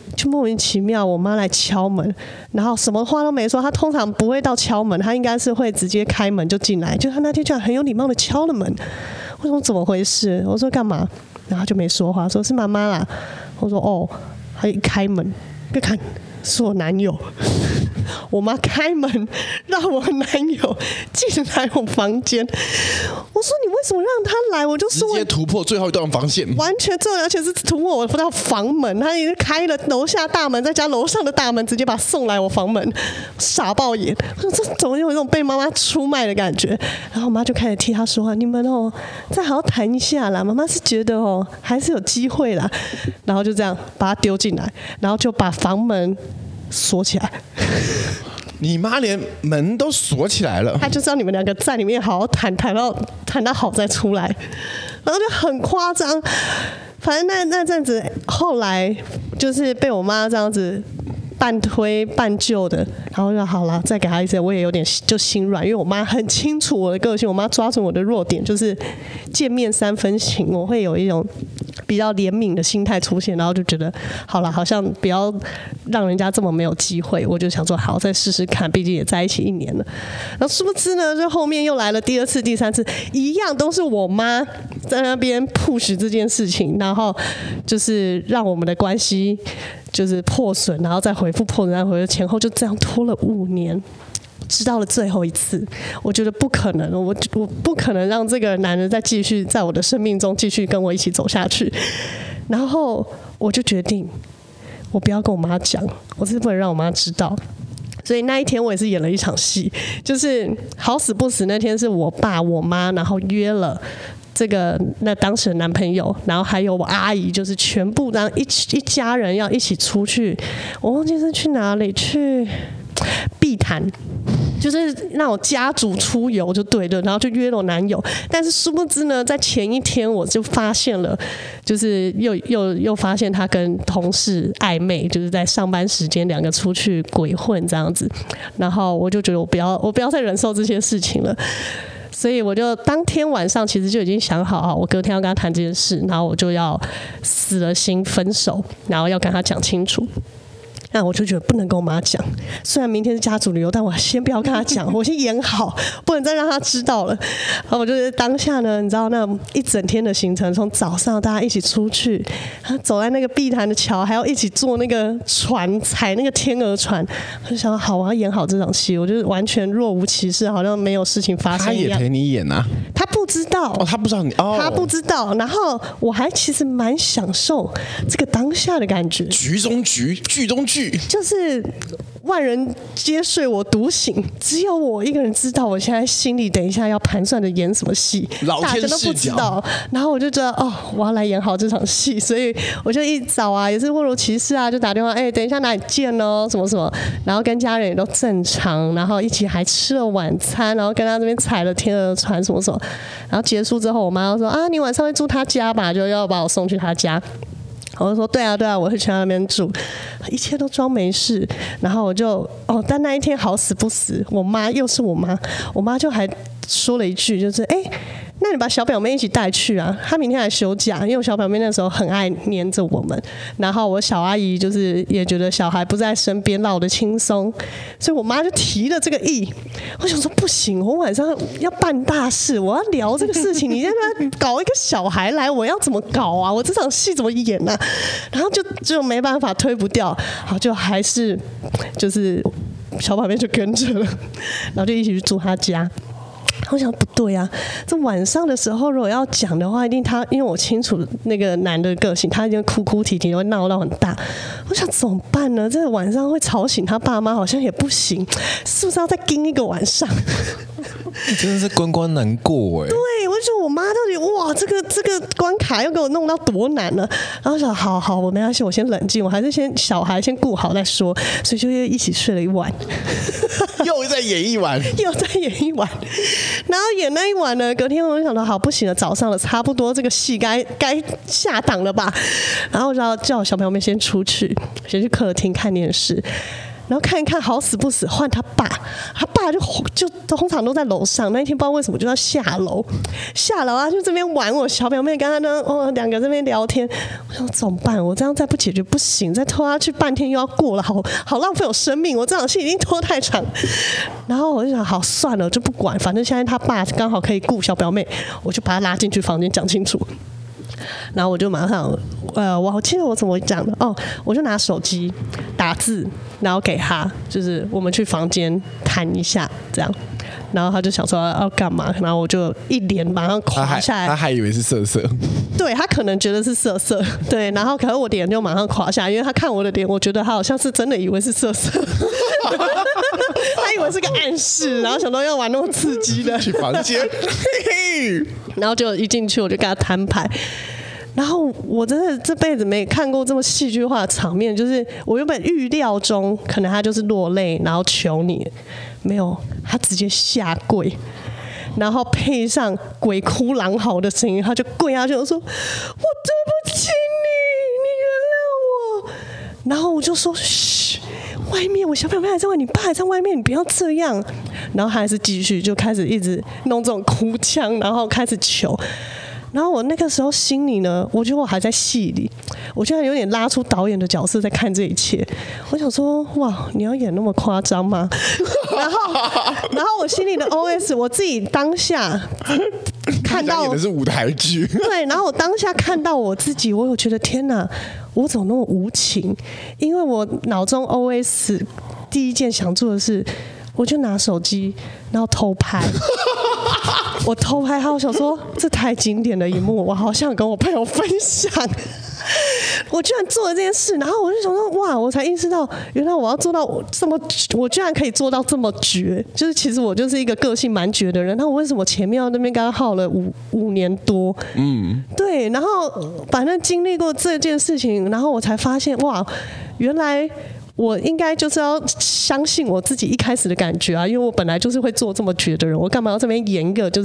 就莫名其妙，我妈来敲门，然后什么话都没说。她通常不会到敲门，她应该是会直接开门就进来。就她那天居然很有礼貌的敲了门，我说怎么回事？我说干嘛？然后就没说话，说是妈妈啦。我说哦，她一开门，就看是我男友。我妈开门让我男友进来我房间，我说你为什么让他来？我就说直接突破最后一段防线， 完全这，而且是突破我到房门，他已经开了楼下大门，再加楼上的大门，直接把他送来我房门，傻爆眼。我说这怎么有一种被妈妈出卖的感觉？然后我妈就开始替他说话，你们哦再好好谈一下啦，妈妈是觉得哦还是有机会啦，然后就这样把他丢进来，然后就把房门锁起来。 你妈连门都锁起来了， 他就知道你们两个在里面好好谈，谈到谈到好再出来，然后就很夸张。反正那那阵子，后来就是被我妈这样子半推半就的，然后就好了，再给他一次，我也有点就心软，因为我妈很清楚我的个性，我妈抓住我的弱点，就是见面三分情，我会有一种比较怜悯的心态出现，然后就觉得好了，好像不要让人家这么没有机会，我就想说好，再试试看，毕竟也在一起一年了。然后殊不知呢，就后面又来了第二次、第三次，一样都是我妈在那边 push 这件事情，然后就是让我们的关系就是破损，然后再回复破损，再回复，前后就这样拖了五年。直到了最后一次，我觉得不可能，我我不可能让这个男人再继续在我的生命中继续跟我一起走下去。然后我就决定，我不要跟我妈讲，我是不能让我妈知道。所以那一天我也是演了一场戏，就是好死不死那天是我爸我妈，然后约了这个那当时的男朋友，然后还有我阿姨，就是全部当一一家人要一起出去，我忘记是去哪里，去碧潭。就是那种家族出游就对的，然后就约了我男友，但是殊不知呢，在前一天我就发现了，就是又又又发现他跟同事暧昧，就是在上班时间两个出去鬼混这样子，然后我就觉得我不要我不要再忍受这些事情了。所以我就当天晚上其实就已经想好啊，我隔天要跟他谈这件事，然后我就要死了心分手，然后要跟他讲清楚。那我就觉得不能跟我妈讲，虽然明天是家族旅游，但我先不要跟她讲，我先演好，不能再让她知道了。然后我就觉得当下呢，你知道那一整天的行程，从早上大家一起出去，走在那个碧潭的桥，还要一起坐那个船，踩那个天鹅船，我就想好，我要演好这场戏，我就完全若无其事，好像没有事情发生一样。 他也陪你演啊？ 他不知道哦，他不知道你哦， 他不知道。然后我还其实蛮享受这个当下的感觉， 局中局，剧中剧。 就是万人皆睡我独醒，只有我一个人知道我现在心里等一下要盘算着演什么戏，大家都不知道。然后我就觉得哦，我要来演好这场戏，所以我就一早啊也是若无其事啊，就打电话，哎、欸，等一下哪里见哦，什么什么，然后跟家人也都正常，然后一起还吃了晚餐，然后跟他这边踩了天鹅船什么什么，然后结束之后，我妈就说啊，你晚上会住他家吧，就要把我送去他家。我就说对啊对啊，我会去他那边住，一切都装没事。然后我就哦，但那一天好死不死，我妈又是我妈，我妈就还说了一句，就是哎，那你把小表妹一起带去啊，她明天还休假，因为我小表妹那时候很爱黏着我们，然后我小阿姨就是也觉得小孩不在身边闹得轻松，所以我妈就提了这个意。我想说不行，我晚上要办大事，我要聊这个事情，你现在搞一个小孩来，我要怎么搞啊？我这场戏怎么演啊？然后就就没办法推不掉，好就还是就是小宝贝就跟着了，然后就一起去住他家。我想不对啊，这晚上的时候如果要讲的话，一定他因为我清楚那个男的个性，他一定哭哭啼啼，会闹到很大。我想怎么办呢？这个晚上会吵醒他爸妈，好像也不行，是不是要再盯一个晚上？ 你真的是关关难过哎。 对，我就觉得我妈到底哇，这个这个关卡要给我弄到多难呢？然后想好好，我没关系，我先冷静，我还是先小孩先顾好再说，所以就一起睡了一晚， 又再演一晚， 又再演一晚。然后演那一晚呢，隔天我就想到好不行了，早上了，差不多这个戏该该下档了吧。然后我就要叫小朋友们先出去，先去客厅看电视。 然后看一看，好死不死换他爸，他爸就就通常都在楼上，那一天不知道为什么就要下楼，下楼啊就这边玩，我小表妹跟他呢哦两个这边聊天，我想怎么办？我这样再不解决不行，再拖下去半天又要过了，好好浪费我生命，我这场戏已经拖太长。然后我就想，好算了，我就不管，反正现在他爸刚好可以顾小表妹，我就把他拉进去房间讲清楚。然后我就马上，呃，我记得我怎么讲的哦，我就拿手机打字，然后给他，就是我们去房间谈一下这样。然后他就想说要干嘛，然后我就一脸马上垮下来， 他还他还以为是色色， 对他可能觉得是色色，对，然后可是我脸就马上垮下来，因为他看我的脸，我觉得他好像是真的以为是色色，他以为是个暗示，然后想到要玩那么刺激的去房间，嘿嘿， 然后就一进去我就跟他摊牌。然后我真的这辈子没看过这么戏剧化的场面，就是我原本预料中可能他就是落泪，然后求你，没有，他直接下跪，然后配上鬼哭狼嚎的声音，他就跪下去说：“我对不起你，你原谅我。”然后我就说：“嘘，外面我小表妹还在外，你爸还在外面，你不要这样。”然后他还是继续就开始一直弄这种哭腔，然后开始求。然后我那个时候心里呢，我觉得我还在戏里，我居然有点拉出导演的角色在看这一切。我想说，哇，你要演那么夸张吗？然后，然后我心里的 O S， 我自己当下看到演的是舞台剧， 对，然后我当下看到我自己，我有觉得天哪，我怎么那么无情？因为我脑中 O S 第一件想做的事，我就拿手机，然后偷拍。我偷拍他，我想说这太经典的一幕，我好想跟我朋友分享。我居然做了这件事，然后我就想说，哇！我才意识到，原来我要做到这么，我居然可以做到这么绝。就是其实我就是一个个性蛮绝的人，那我为什么前面要那边刚刚耗了五五年多？嗯，对。然后反正经历过这件事情，然后我才发现，哇，原来。我应该就是要相信我自己一开始的感觉啊，因为我本来就是会做这么绝的人，我干嘛要这边演一个就是，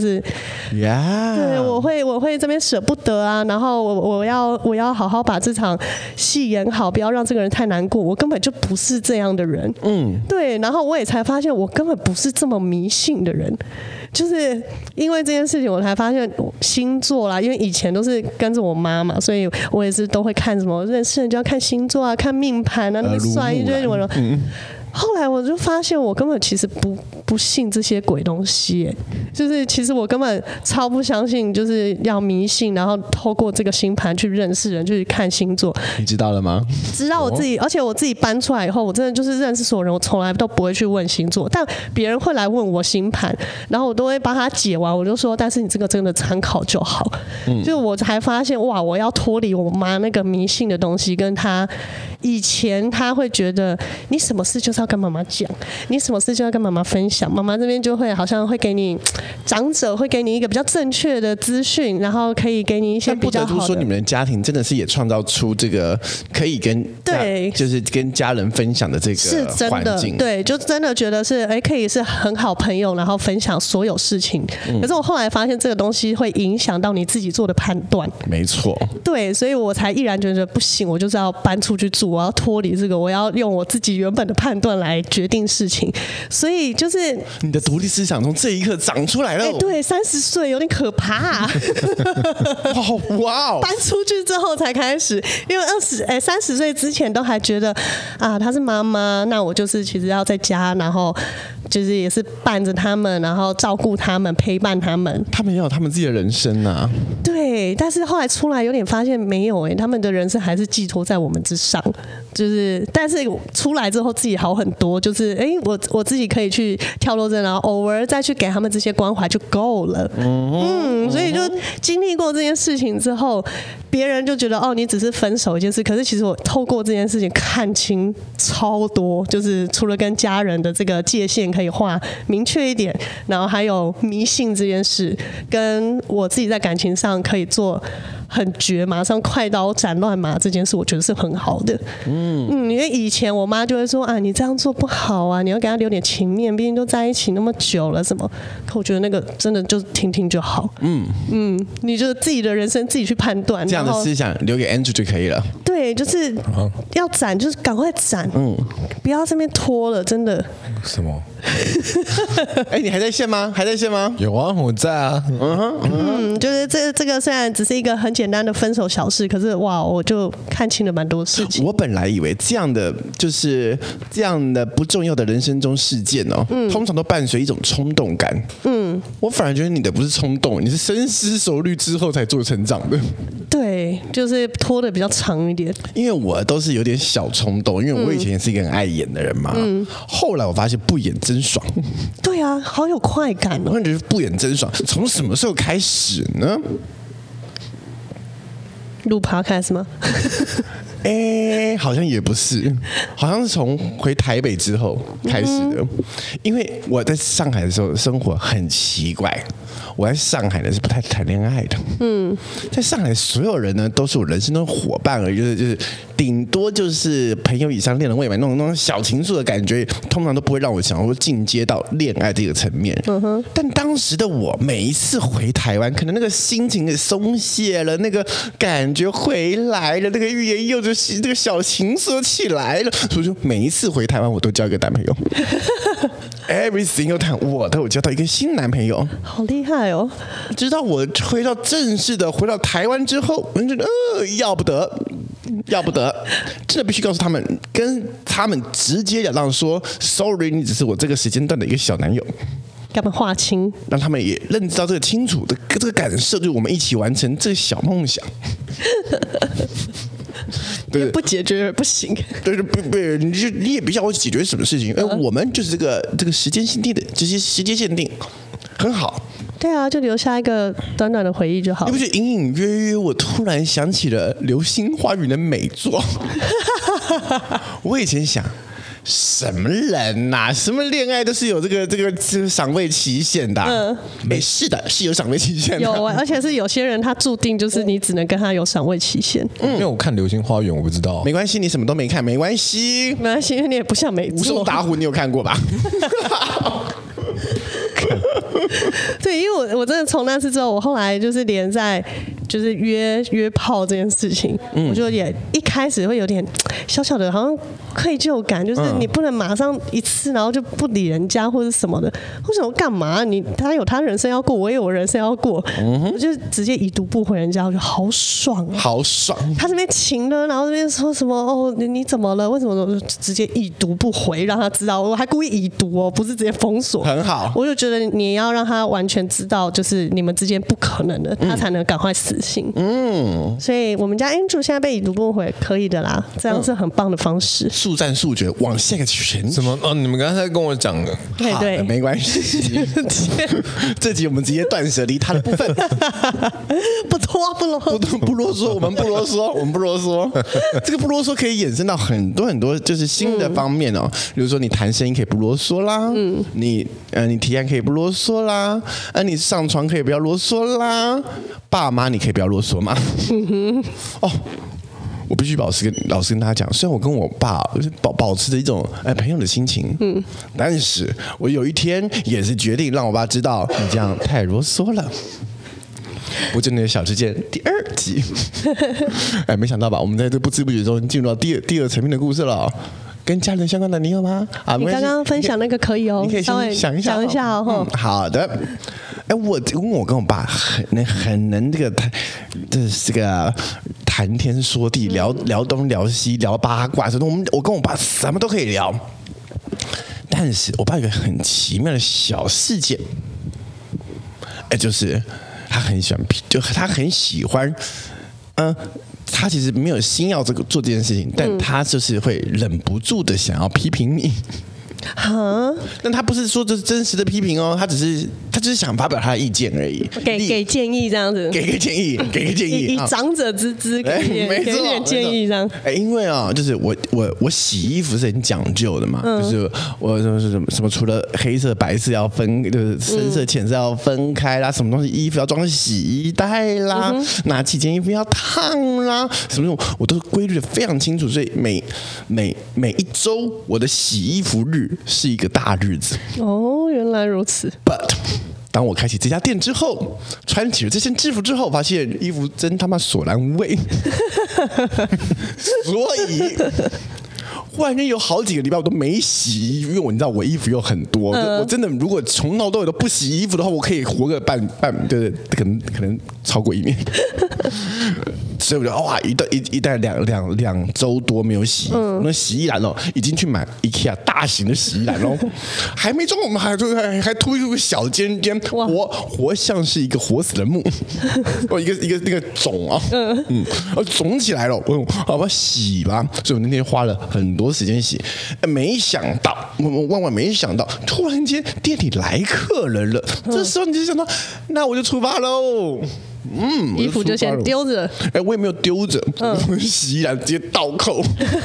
yeah. 对，我会我会这边舍不得啊，然后我我要我要好好把这场戏演好，不要让这个人太难过，我根本就不是这样的人，嗯，对，然后我也才发现我根本不是这么迷信的人，就是因为这件事情我才发现星座啦，因为以前都是跟着我妈嘛，所以我也是都会看什么认识人就要看星座啊，看命盘啊，那个算一堆什么的。嗯，后来我就发现，我根本其实不不信这些鬼东西耶，就是其实我根本超不相信，就是要迷信，然后透过这个星盘去认识人，去看星座。 你知道了吗？ 知道我自己，而且我自己搬出来以后，我真的就是认识所有人，我从来都不会去问星座，但别人会来问我星盘，然后我都会帮他解完，我就说，但是你这个真的参考就好。嗯，就我才发现，哇，我要脱离我妈那个迷信的东西，跟她以前她会觉得你什么事就是要跟妈妈讲，你什么事就要跟妈妈分享，妈妈这边就会好像会给你长者会给你一个比较正确的资讯，然后可以给你一些比较好的。 但不得不说，你们的家庭真的是也创造出这个可以跟对， 就是跟家人分享的这个环境， 对，就真的觉得是哎，可以是很好朋友，然后分享所有事情。嗯、可是我后来发现，这个东西会影响到你自己做的判断。 没错， 对，所以我才毅然觉得不行，我就是要搬出去住，我要脱离这个，我要用我自己原本的判断来决定事情。所以就是你的独立思想从这一刻长出来了。 哎，对，三十岁有点可怕、啊。 哇哦！ 搬出去之后才开始，因为二十哎三十岁之前都还觉得啊，她是妈妈，那我就是其实要在家，然后就是也是伴着他们，然后照顾他们，陪伴他们。 他们也有他们自己的人生啊。 对，但是后来出来有点发现没有哎、欸，他们的人生还是寄托在我们之上。就是，但是出来之后自己好很多，就是哎、欸，我我自己可以去跳落针，然后偶尔再去给他们这些关怀就够了。嗯，所以就经历过这件事情之后，别人就觉得哦，你只是分手一件事，可是其实我透过这件事情看清超多，就是除了跟家人的这个界限可以画明确一点，然后还有迷信这件事，跟我自己在感情上可以做很绝，马上快刀斩乱麻这件事，我觉得是很好的。嗯嗯，因为以前我妈就会说啊，你这样做不好啊，你要给他留点情面，毕竟都在一起那么久了，什么？可我觉得那个真的就听听就好。嗯嗯，你就自己的人生自己去判断。 这样的思想留给 Andrew 就可以了。 对，就是要斩，就是赶快斩，嗯，不要这边拖了，真的。 什么？ 哎，你还在线吗？还在线吗？ 有啊，我在啊。 嗯哼，嗯，就是这这个虽然只是一个很简单的分手小事，可是哇，我就看清了蛮多事情。 我本来以为这样的就是这样的不重要的人生中事件哦，嗯、通常都伴随一种冲动感。嗯，我反而觉得你的不是冲动，你是深思熟虑之后才做成长的。 对，就是拖得比较长一点。 因为我都是有点小冲动，因为我以前也是一个很爱演的人嘛。嗯，后来我发现不演真爽。 对啊，好有快感哦！ 我觉得不演真爽。从什么时候开始呢？ 录 podcast 吗？ 哎、欸，好像也不是，好像是从回台北之后开始的。嗯、因为我在上海的时候生活很奇怪，我在上海呢是不太谈恋爱的。嗯，在上海所有人呢都是我人生中的伙伴而已，就是就是顶多就是朋友以上恋人未满那种那种小情愫的感觉，通常都不会让我想要进阶到恋爱这个层面。嗯哼。但当时的我每一次回台湾，可能那个心情给松懈了，那个感觉回来了，那个欲言又止。这个小情愫起来了，所以说每一次回台湾，我都交一个男朋友。Every single time， 我都有交到一个新男朋友， 好厉害哦！ 直到我回到正式的回到台湾之后，我觉得呃要不得，要不得，真的必须告诉他们，跟他们直截了当说 ，sorry， 你只是我这个时间段的一个小男友。 给他们划清， 让他们也认知到这个清楚的这个感受，就是我们一起完成这个小梦想。 对，不解决不行。 对对不不，你就你也别叫我解决什么事情，哎、嗯，我们就是这个这个时间限定的，这些时间限定很好。 对啊，就留下一个短短的回忆就好。 你不觉得隐隐约约，我突然想起了《流星花园》的美作？我以前想。什么人呐、啊？什么恋爱都是有这个这个这个赏味期限的、啊。嗯，没是的，是有赏味期限的。 有，而且是有些人他注定就是你只能跟他有赏味期限。 嗯，因为我看《流星花园》，我不知道。 没关系，你什么都没看，没关系， 没关系，因为你也不像没做。 无声打虎，你有看过吧？ 对，因为我我真的从那次之后，我后来就是连在就是约约炮这件事情，嗯、我就也一开始会有点小小的好像愧疚感，就是你不能马上一次然后就不理人家或者什么的，或者我干嘛？你他有他人生要过，我也有我人生要过，嗯、我就直接已读不回人家，我觉得好爽、啊， 好爽。 他这边情了，然后这边说什么哦你你怎么了？为什么我就直接已读不回，让他知道，我还故意已读哦，不是直接封锁， 很好。 我就觉得你要让他完全知道，就是你们之间不可能的，他才能赶快死心。嗯，所以我们家 Andrew 现在被已读不回，可以的啦，这样是很棒的方式。 速战速决，往下个选什么？哦，你们刚才跟我讲的， 对对， 没关系。这集我们直接断舍离他的部分， 不拖不啰不不啰嗦，我们不啰嗦，我们不啰嗦。这个不啰嗦可以衍生到很多很多，就是新的方面哦。比如说你谈生意可以不啰嗦啦，嗯，你呃你提案可以不啰嗦啦，啊你上床可以不要啰嗦啦，爸妈你可以不要啰嗦吗？哦。我必须保持跟老实跟大家讲，虽然我跟我爸保保持着一种哎朋友的心情，嗯，但是我有一天也是决定让我爸知道你这样太啰嗦了。不正的小事件第二集，哎，没想到吧？我们在这不知不觉中进入到第二第二层面的故事了。跟家人相关的你有吗？啊， 你刚刚分享那个可以哦， 你可以稍微想一下， 想一下哦。 嗯、好的。哎，我因为我跟我爸很很能这个谈，这这个谈天说地，聊聊东聊西，聊八卦，所以我们我跟我爸什么都可以聊。但是我爸有个很奇妙的小事件，哎，就是他很喜欢，就他很喜欢，嗯、呃。他其实没有心要这个做这件事情，但他就是会忍不住的想要批评你。 哈， 但他不是说这是真实的批评哦，他只是他只是想发表他的意见而已， 给给建议这样子， 给个建议，给个建议， 以以长者之姿给一点、 哎、 给一点建议这样。 哎，因为啊，就是我我我洗衣服是很讲究的嘛，嗯、就是我什么什么什么，除了黑色白色要分，就是深色浅色要分开啦，什么东西衣服要装洗衣袋啦，嗯、哪几件衣服要烫啦，什么我都规律的非常清楚，所以每每每一周我的洗衣服日是一个大日子。 哦，原来如此。 But 当我开启这家店之后，穿起了这身制服之后，发现衣服真他妈索然无味，所以忽然间有好几个礼拜我都没洗，因为我你知道我衣服又很多，嗯、我真的如果从头到尾都不洗衣服的话，我可以活个半半，对对，可能可能超过一年。所以我就哇，一袋一一袋两两两周多没有洗，嗯、那洗衣篮哦，已经去买 IKEA 大型的洗衣篮哦，还没装，我们还就还还凸一个小尖尖，活活像是一个活死的木，哦，一个一个那个肿啊，嗯嗯，肿起来了，我好吧洗吧，所以我那天花了很多时间洗，没想到我我万万没想到，突然间店里来客人了，嗯、这时候你就想到，那我就出发喽。嗯， 衣服就先丢着。 哎，我也没有丢着，嗯、洗衣篮直接倒扣。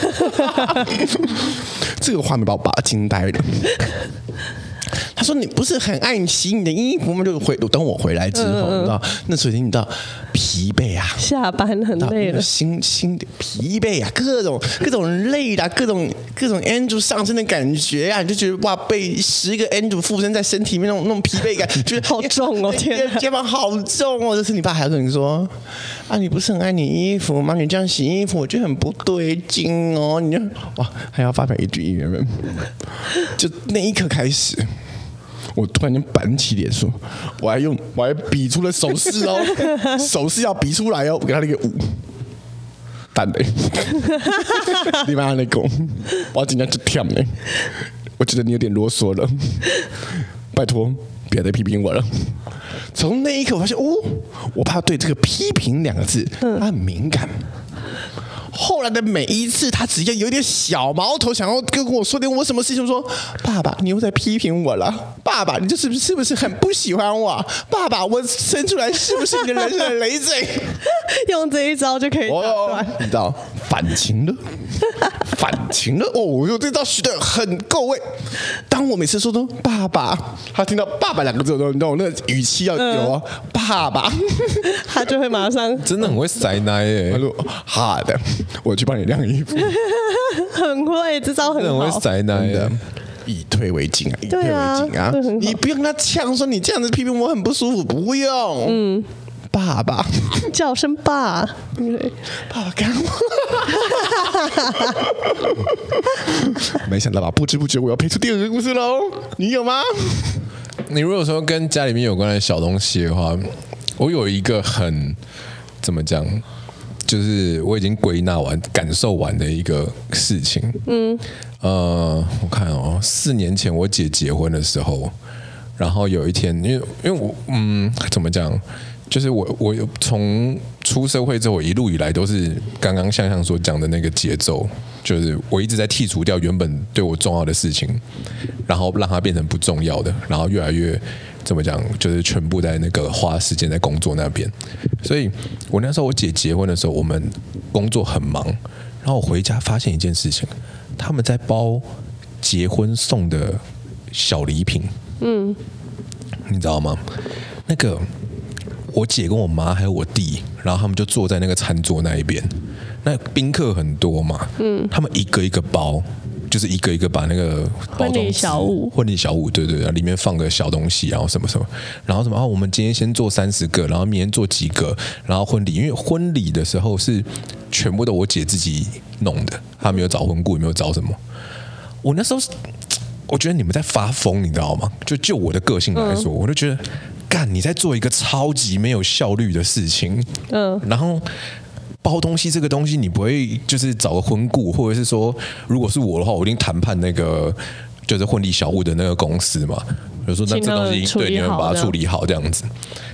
这个画面把我爸惊呆了。他说：“你不是很爱你洗你的衣服吗？”就回等我回来之后，嗯嗯你知道那时候已经你知道疲惫啊， 下班很累了， 心心疲惫啊，各种各种累的、啊，各种各种 Andrew 上身的感觉啊，你就觉得哇，被十个 Andrew 附身在身体里面那种那种疲惫感，觉得好重哦，天啊， 肩膀好重哦。这是你爸还要跟你说啊，你不是很爱你衣服吗？你这样洗衣服，我觉得很不对劲哦。你就哇，还要发表一句音乐人，就那一刻开始。我突然间板起脸说，我还用我还比出了手势哦，手势要比出来哦，我给他那个五，蛋嘞，你妈那个，我今天就跳呢，我觉得你有点啰嗦了，拜托别再批评我了。从那一刻我发现，哦，我爸对这个批评两个字，他很敏感。后来的每一次，他只要有一点小毛头，想要跟我说点我什么事情，说爸爸，你又在批评我了。爸爸，你这是不是是不是很不喜欢我？爸爸，我生出来是不是你的人生的累赘？ 用这一招就可以打断， 你知道反情了，反情了哦！我用这招学的很够味。当我每次说都爸爸，他听到爸爸两个字，你知道我那个语气要有啊，嗯、爸爸， 他就会马上真的很会塞奶耶。 他说好的。我去帮你晾衣服， 很会，这招很好， 很会塞奶的， 以退为进啊，以退为进啊！你不用跟他呛说你这样子批评我很不舒服，不用，嗯，爸爸叫声爸， 爸爸干我，没想到吧？不知不觉我要配出第二个故事喽，你有吗？ 你如果说跟家里面有关的小东西的话，我有一个很怎么讲？就是我已经归纳完、感受完的一个事情。嗯，呃，我看哦，四年前我姐结婚的时候，然后有一天，因为因为我嗯，怎么讲，就是我我从出社会之后，我一路以来都是刚刚向向所讲的那个节奏，就是我一直在剔除掉原本对我重要的事情，然后让它变成不重要的，然后越来越。怎么讲？就是全部在那个花时间在工作那边，所以我那时候我姐结婚的时候，我们工作很忙，然后我回家发现一件事情，他们在包结婚送的小礼品，嗯，你知道吗？那个我姐跟我妈还有我弟，然后他们就坐在那个餐桌那一边，那宾客很多嘛，嗯，他们一个一个包。就是一个一个把那个婚礼小物， 婚礼小物，对对对，里面放个小东西，然后什么什么，然后什么啊，我们今天先做三十个，然后明天做几个，然后婚礼，因为婚礼的时候是全部都我姐自己弄的，她没有找婚顾，也没有找什么。我那时候，我觉得你们在发疯，你知道吗？就就我的个性来说，嗯、我就觉得，干你在做一个超级没有效率的事情，嗯，然后。包东西这个东西，你不会就是找个婚顾，或者是说，如果是我的话，我一定谈判那个就是婚礼小物的那个公司嘛。比如说，那这东西对你们把它处理好这样子。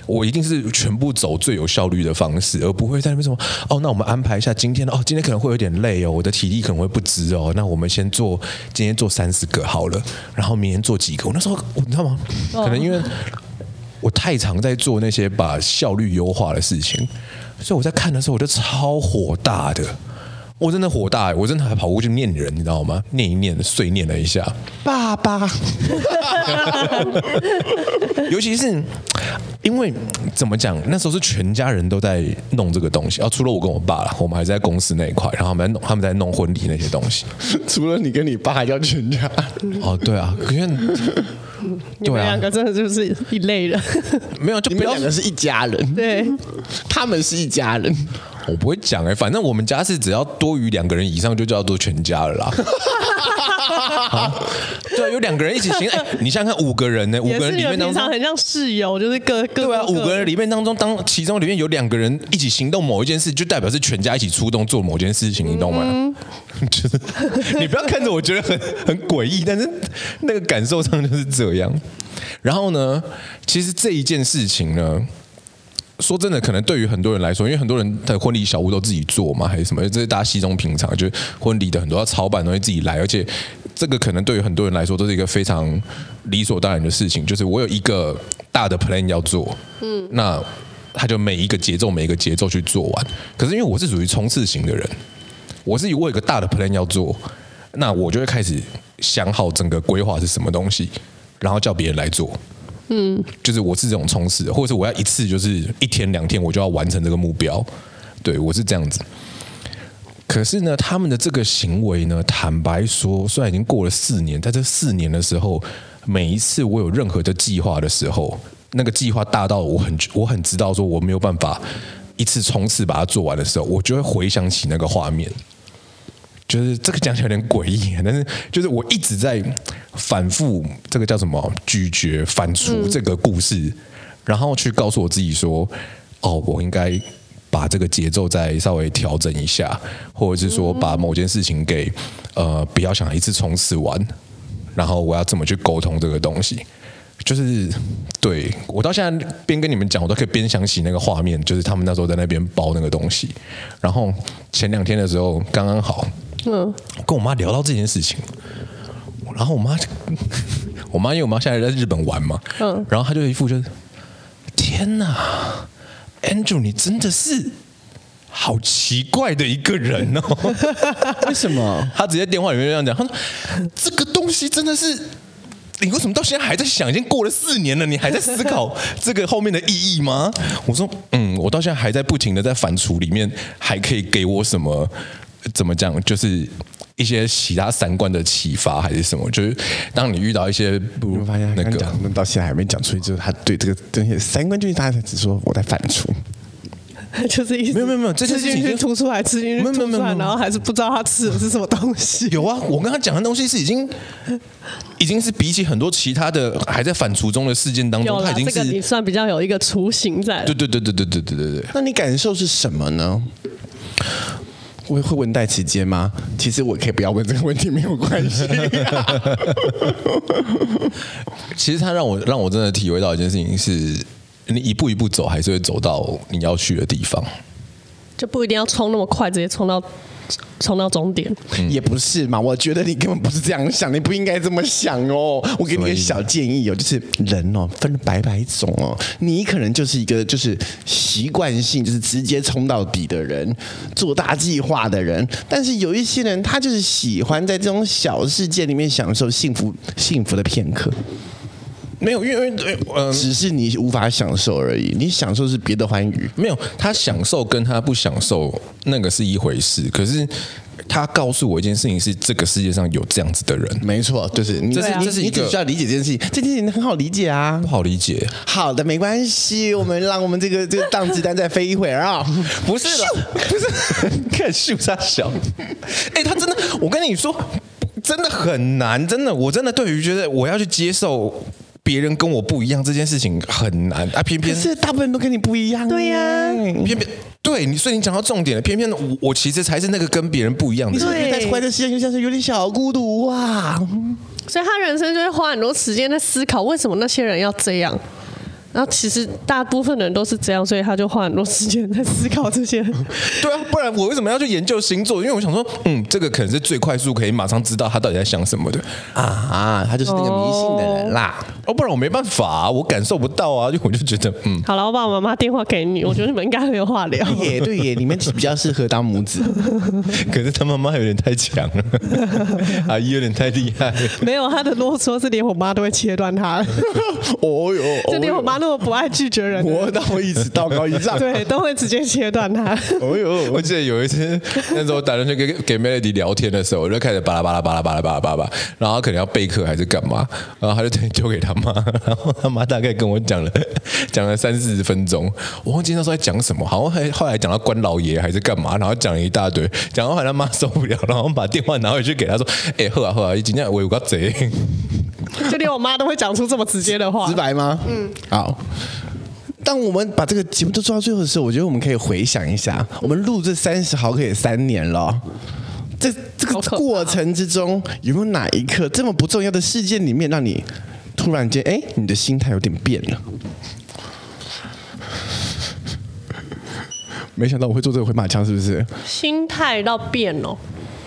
我一定是全部走最有效率的方式，而不会在那边说哦，那我们安排一下今天哦，今天可能会有点累哦，我的体力可能会不支哦，那我们先做今天做三十个好了，然后明天做几个。我那时候你知道吗？可能因为我太常在做那些把效率优化的事情，所以我在看的时候我就超火大的。我真的火大，我真的还跑过去念人，你知道吗？念一念，碎念了一下， 爸爸。 尤其是因为怎么讲，那时候是全家人都在弄这个东西，哦，除了我跟我爸啦，我们还在公司那一块，然后他们在弄，他们在弄婚礼那些东西。 除了你跟你爸，还叫全家。 哦，对啊，因为你们两个真的就是一类人。 没有，就你们两个是一家人， 对， 他们是一家人。 我不会讲哎、欸，反正我们家是只要多于两个人以上就叫做全家了啦。啊、对，有两个人一起行，哎、欸，你想想看，五个人呢、欸，五个人里面当中很像室友，就是各各对啊，五个人里面当中，当其中里面有两个人一起行动某一件事，就代表是全家一起出动做某件事情，你懂吗？嗯、就是你不要看着我觉得很很诡异，但是那个感受上就是这样。然后呢，其实这一件事情呢。说真的，可能对于很多人来说，因为很多人的婚礼小屋都自己做嘛，还是什么，这是大家稀松平常。就是婚礼的很多要操办东西自己来，而且这个可能对于很多人来说都是一个非常理所当然的事情。就是我有一个大的 plan 要做，嗯，那他就每一个节奏每一个节奏去做完。可是因为我是属于冲刺型的人，我是我有一个大的 plan 要做，那我就会开始想好整个规划是什么东西，然后叫别人来做。嗯，就是我是这种冲刺，或者是我要一次就是一天两天我就要完成这个目标，对我是这样子。可是呢，他们的这个行为呢，坦白说，虽然已经过了四年，在这四年的时候，每一次我有任何的计划的时候，那个计划大到我很我很知道说我没有办法一次冲刺把它做完的时候，我就会回想起那个画面。就是这个讲起来有点诡异，但是就是我一直在反复这个叫什么咀嚼、反刍这个故事，嗯、然后去告诉我自己说，哦，我应该把这个节奏再稍微调整一下，或者是说把某件事情给呃不要想一次冲刺完，然后我要怎么去沟通这个东西。就是对我到现在边跟你们讲，我都可以边想起那个画面，就是他们那时候在那边包那个东西。然后前两天的时候，刚刚好。嗯，跟我妈聊到这件事情，然后我妈，我妈因为我妈现在在日本玩嘛，嗯，然后她就一副就是，天哪 ，Andrew 你真的是好奇怪的一个人哦， 为什么？ 她直接电话里面这样讲，她说这个东西真的是。你为什么到现在还在想？已经过了四年了，你还在思考这个后面的意义吗？我说，嗯，我到现在还在不停的在反刍里面，还可以给我什么？怎么讲？就是一些其他三观的启发，还是什么？就是当你遇到一些，不发现那个到现在还没讲出去，就是他对这个东西三观，就是他只说我在反刍。 就是一没有没有没有，这件事情吃进去吐出来，吃进去吐出来，然后还是不知道他吃的是什么东西。 有啊，我跟他讲的东西是已经，已经是比起很多其他的还在反刍中的事件当中，他已经是这个你算比较有一个雏形在。 对对对对对对对对对。 那你感受是什么呢？我会问戴期间吗？其实我可以不要问这个问题，没有关系。 其实他让我让我真的体会到一件事情是。你一步一步走，还是会走到你要去的地方， 就不一定要冲那么快，直接冲到冲到终点。 嗯、也不是嘛，我觉得你根本不是这样想，你不应该这么想哦。我给你一个小建议哦，就是人哦分了百百种哦，你可能就是一个就是习惯性就是直接冲到底的人，做大计划的人，但是有一些人他就是喜欢在这种小事件里面享受幸福幸福的片刻。 没有，因为呃，只是你无法享受而已。你享受是别的欢愉， 没有他享受跟他不享受那个是一回事。可是他告诉我一件事情是，这个世界上有这样子的人。 没错，就是你， 这是这是你只需要理解这件事情，这件事情很好理解啊， 不好理解。 好的，没关系，我们让我们这个这个荡子弹再飞一会儿啊。 不是了，不是，看秀他小。哎、欸，他真的，我跟你说，真的很难，真的，我真的对于觉得我要去接受。别人跟我不一样这件事情很难啊，偏偏可是大部分都跟你不一样， 对呀、啊， 偏偏对你，所以你讲到重点了，偏偏我我其实才是那个跟别人不一样的人。 你说在坏的时间就像是有点小孤独啊， 所以他人生就会花很多时间在思考为什么那些人要这样， 然后其实大部分人都是这样，所以他就花很多时间在思考这些。 对啊，不然我为什么要去研究星座？因为我想说，嗯，这个可能是最快速可以马上知道他到底在想什么的啊，他就是那个迷信的人啦。 哦，不然我没办法啊，我感受不到啊，就我就觉得，嗯， 好了，我把我妈妈电话给你，我觉得你们应该很有话聊。 也对耶，你们比较适合当母子。 可是他妈妈有点太强了，阿姨有点太厉害了。 没有，他的啰嗦是连我妈都会切断他。 哦哟， 就连我妈那么不爱拒绝人， 活到一直道高一丈， 对，都会直接切断他。 哦哟，我记得有一次，那时候打算去跟给 Melody 聊天的时候，我就开始巴拉巴拉巴拉巴拉巴拉巴拉，然后他可能要备课还是干嘛，然后他就丢给他妈，然后他妈大概跟我讲了讲了三四十分钟，我忘记那时候在讲什么，好像还后来讲到关老爷还是干嘛，然后讲了一大堆，讲到后来他妈受不了，然后把电话拿回去给他说：“哎、欸，好啊好啊，今天我有个贼。” 就连我妈都会讲出这么直接的话， 直白吗？嗯，好。当我们把这个节目都做到最后的时候，我觉得我们可以回想一下，我们录这三十好可以三年了。在这个过程之中，有没有哪一刻这么不重要的事件里面，让你突然间，哎，你的心态有点变了？没想到我会做这个回马枪，是不是？ 心态到变哦。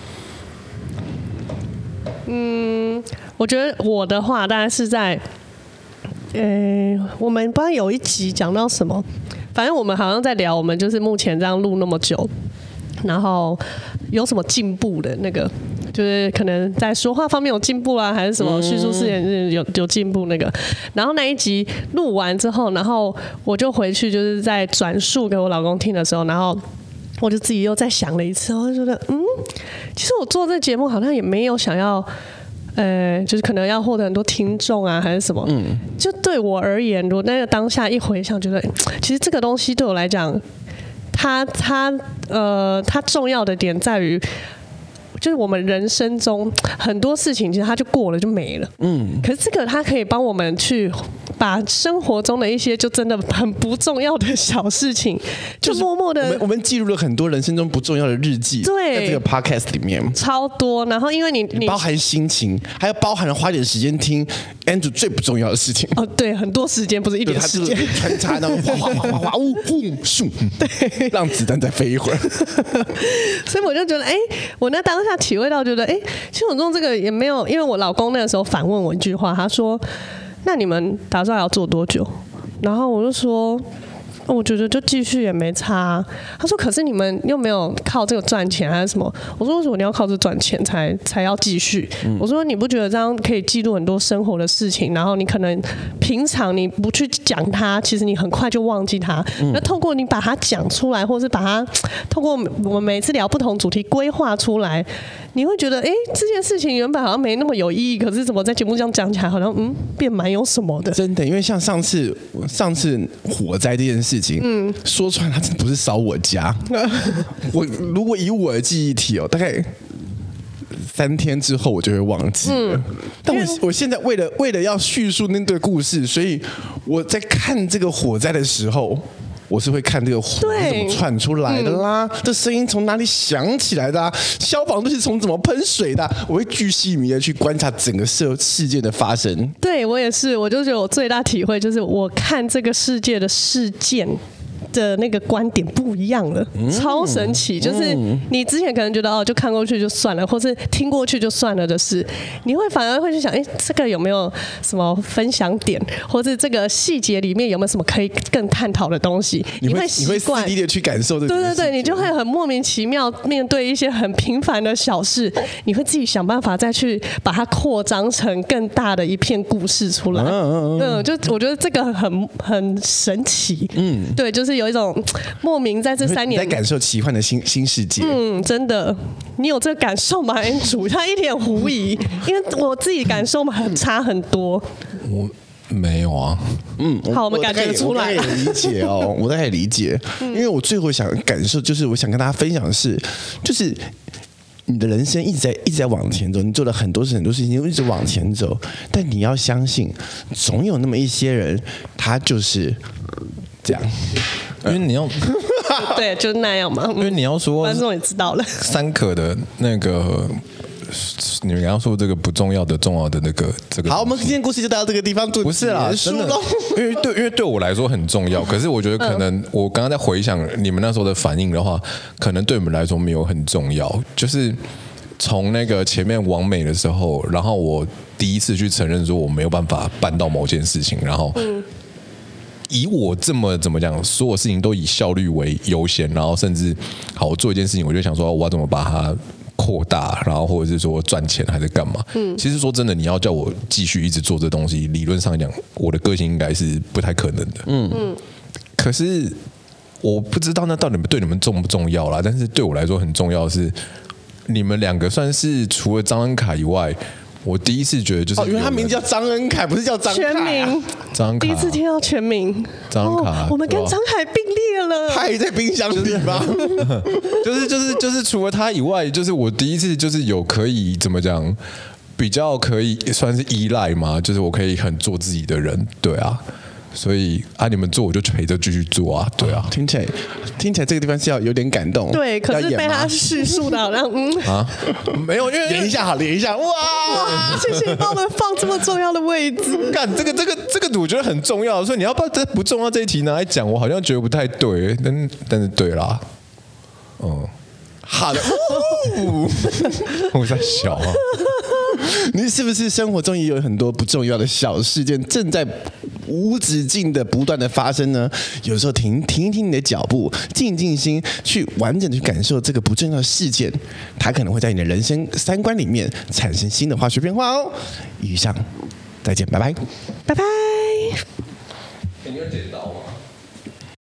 嗯，我觉得我的话大概是在，呃，我们不知道有一集讲到什么，反正我们好像在聊，我们就是目前这样录那么久，然后有什么进步的那个，就是可能在说话方面有进步啊，还是什么叙述事件有有进步那个。然后那一集录完之后，然后我就回去就是在转述给我老公听的时候，然后我就自己又再想了一次，我就觉得嗯，其实我做这个节目好像也没有想要。呃，就是可能要获得很多听众啊，还是什么？嗯，就对我而言，我那个当下一回想，觉得其实这个东西对我来讲，它它呃，它重要的点在于，就是我们人生中很多事情，其实它就过了就没了。嗯，可是这个它可以帮我们去把生活中的一些就真的很不重要的小事情，就默默的， 我们我们记录了很多人生中不重要的日记， 对， 在这个 podcast 里面超多。然后因为你你包含心情，还有包含了花点时间听 Andrew 最不重要的事情。 哦，对，很多时间不是一点时间， 穿插那种哗哗哗哗哗呜呼咻，对，让子弹再飞一会儿。 所以我就觉得，哎、欸，我那当下体会到，觉得，哎、欸，其实我做这个也没有，因为我老公那个时候反问我一句话，他说。那你们打算要做多久？然后我就说，我觉得就继续也没差啊。他说，可是你们又没有靠这个赚钱还是什么？我说，为什么你要靠这赚钱才才要继续？嗯、我说，你不觉得这样可以记录很多生活的事情？然后你可能平常你不去讲它，其实你很快就忘记它。嗯、那透过你把它讲出来，或者是把它透过我们每次聊不同主题规划出来。你会觉得，哎、欸，这件事情原本好像没那么有意义，可是怎么在节目这样讲起来，好像嗯变蛮有什么的。 真的，因为像上次上次火灾这件事情，嗯，说出来它真的不是烧我家。我如果以我的记忆体哦，大概三天之后我就会忘记了。嗯、但我我现在为了为了要叙述那对故事，所以我在看这个火灾的时候。我是会看这个火是怎么窜出来的啦，嗯、这声音从哪里响起来的、啊，消防队是从怎么喷水的、啊，我会巨细靡的去观察整个事事件的发生。 对我也是，我就觉得我最大体会就是我看这个世界的事件。的那个观点不一样了，嗯、超神奇！就是你之前可能觉得哦，就看过去就算了，或是听过去就算了的事，你会反而会去想，哎，这个有没有什么分享点，或是这个细节里面有没有什么可以更探讨的东西？ 你会习惯你会去感受这个， 对对对，你就会很莫名其妙面对一些很平凡的小事，你会自己想办法再去把它扩张成更大的一片故事出来。嗯嗯嗯，嗯就我觉得这个很很神奇。嗯，对，就是。有一种莫名在这三年在感受奇幻的新新世界。 嗯，真的，你有这个感受吗？Andrew，他一脸狐疑，因为我自己感受很差很多。 我没有啊。 嗯， 好，我们感觉出来了。 我大概理解哦，我大概理解，因为我最后想感受就是，我想跟大家分享的是，就是你的人生一直在一直在往前走，你做了很多事很多事情，一直往前走，但你要相信，总有那么一些人，他就是这样。 因为你要对，就那样嘛。 因为你要说， 观众也知道了， 三可的那个你们刚刚说这个不重要的重要的那个这个， 好，我们今天故事就到这个地方， 不是啦，真的，因为对因为对我来说很重要，可是我觉得可能我刚刚在回想你们那时候的反应的话，可能对你们来说没有很重要，就是从那个前面完美的时候，然后我第一次去承认说我没有办法办到某件事情，然后。嗯以我这么怎么讲，所有事情都以效率为优先，然后甚至好我做一件事情，我就想说我要怎么把它扩大，然后或者是说赚钱还是干嘛？嗯，其实说真的，你要叫我继续一直做这东西，理论上讲，我的个性应该是不太可能的。嗯嗯，可是我不知道那到底对你们重不重要啦，但是对我来说很重要的是，你们两个算是除了张恩凯以外。我第一次觉得就是， 哦，因为他名字叫张恩凯，不是叫张凯、啊。 全名， 张凯、啊。 第一次听到全名， 张凯、啊哦。我们跟张凯并列了。 他也在冰箱里吧？ 就是就是就是除了他以外，就是我第一次就是有可以怎么讲，比较可以算是依赖嘛，就是我可以很做自己的人，对啊。所以啊，你们做我就陪着继续做啊，对啊。 听起来，听起来这个地方是要有点感动。 对，可是被他叙述的好像嗯啊，没有，因为演一下好，演一下，哇！ 哇，谢谢你帮我们放这么重要的位置。 干这个这个这个，我觉得很重要，所以你要把这不重要这一题拿来讲，我好像觉得不太对，但但是对啦，嗯， 好的， 我在笑啊。 你是不是生活中也有很多不重要的小事件正在无止境的不断的发生呢？有时候停停一停你的脚步，静静心，去完整的去感受这个不重要的事件，它可能会在你的人生三观里面产生新的化学变化哦。以上，再见，拜拜， 拜拜。 你有剪刀吗？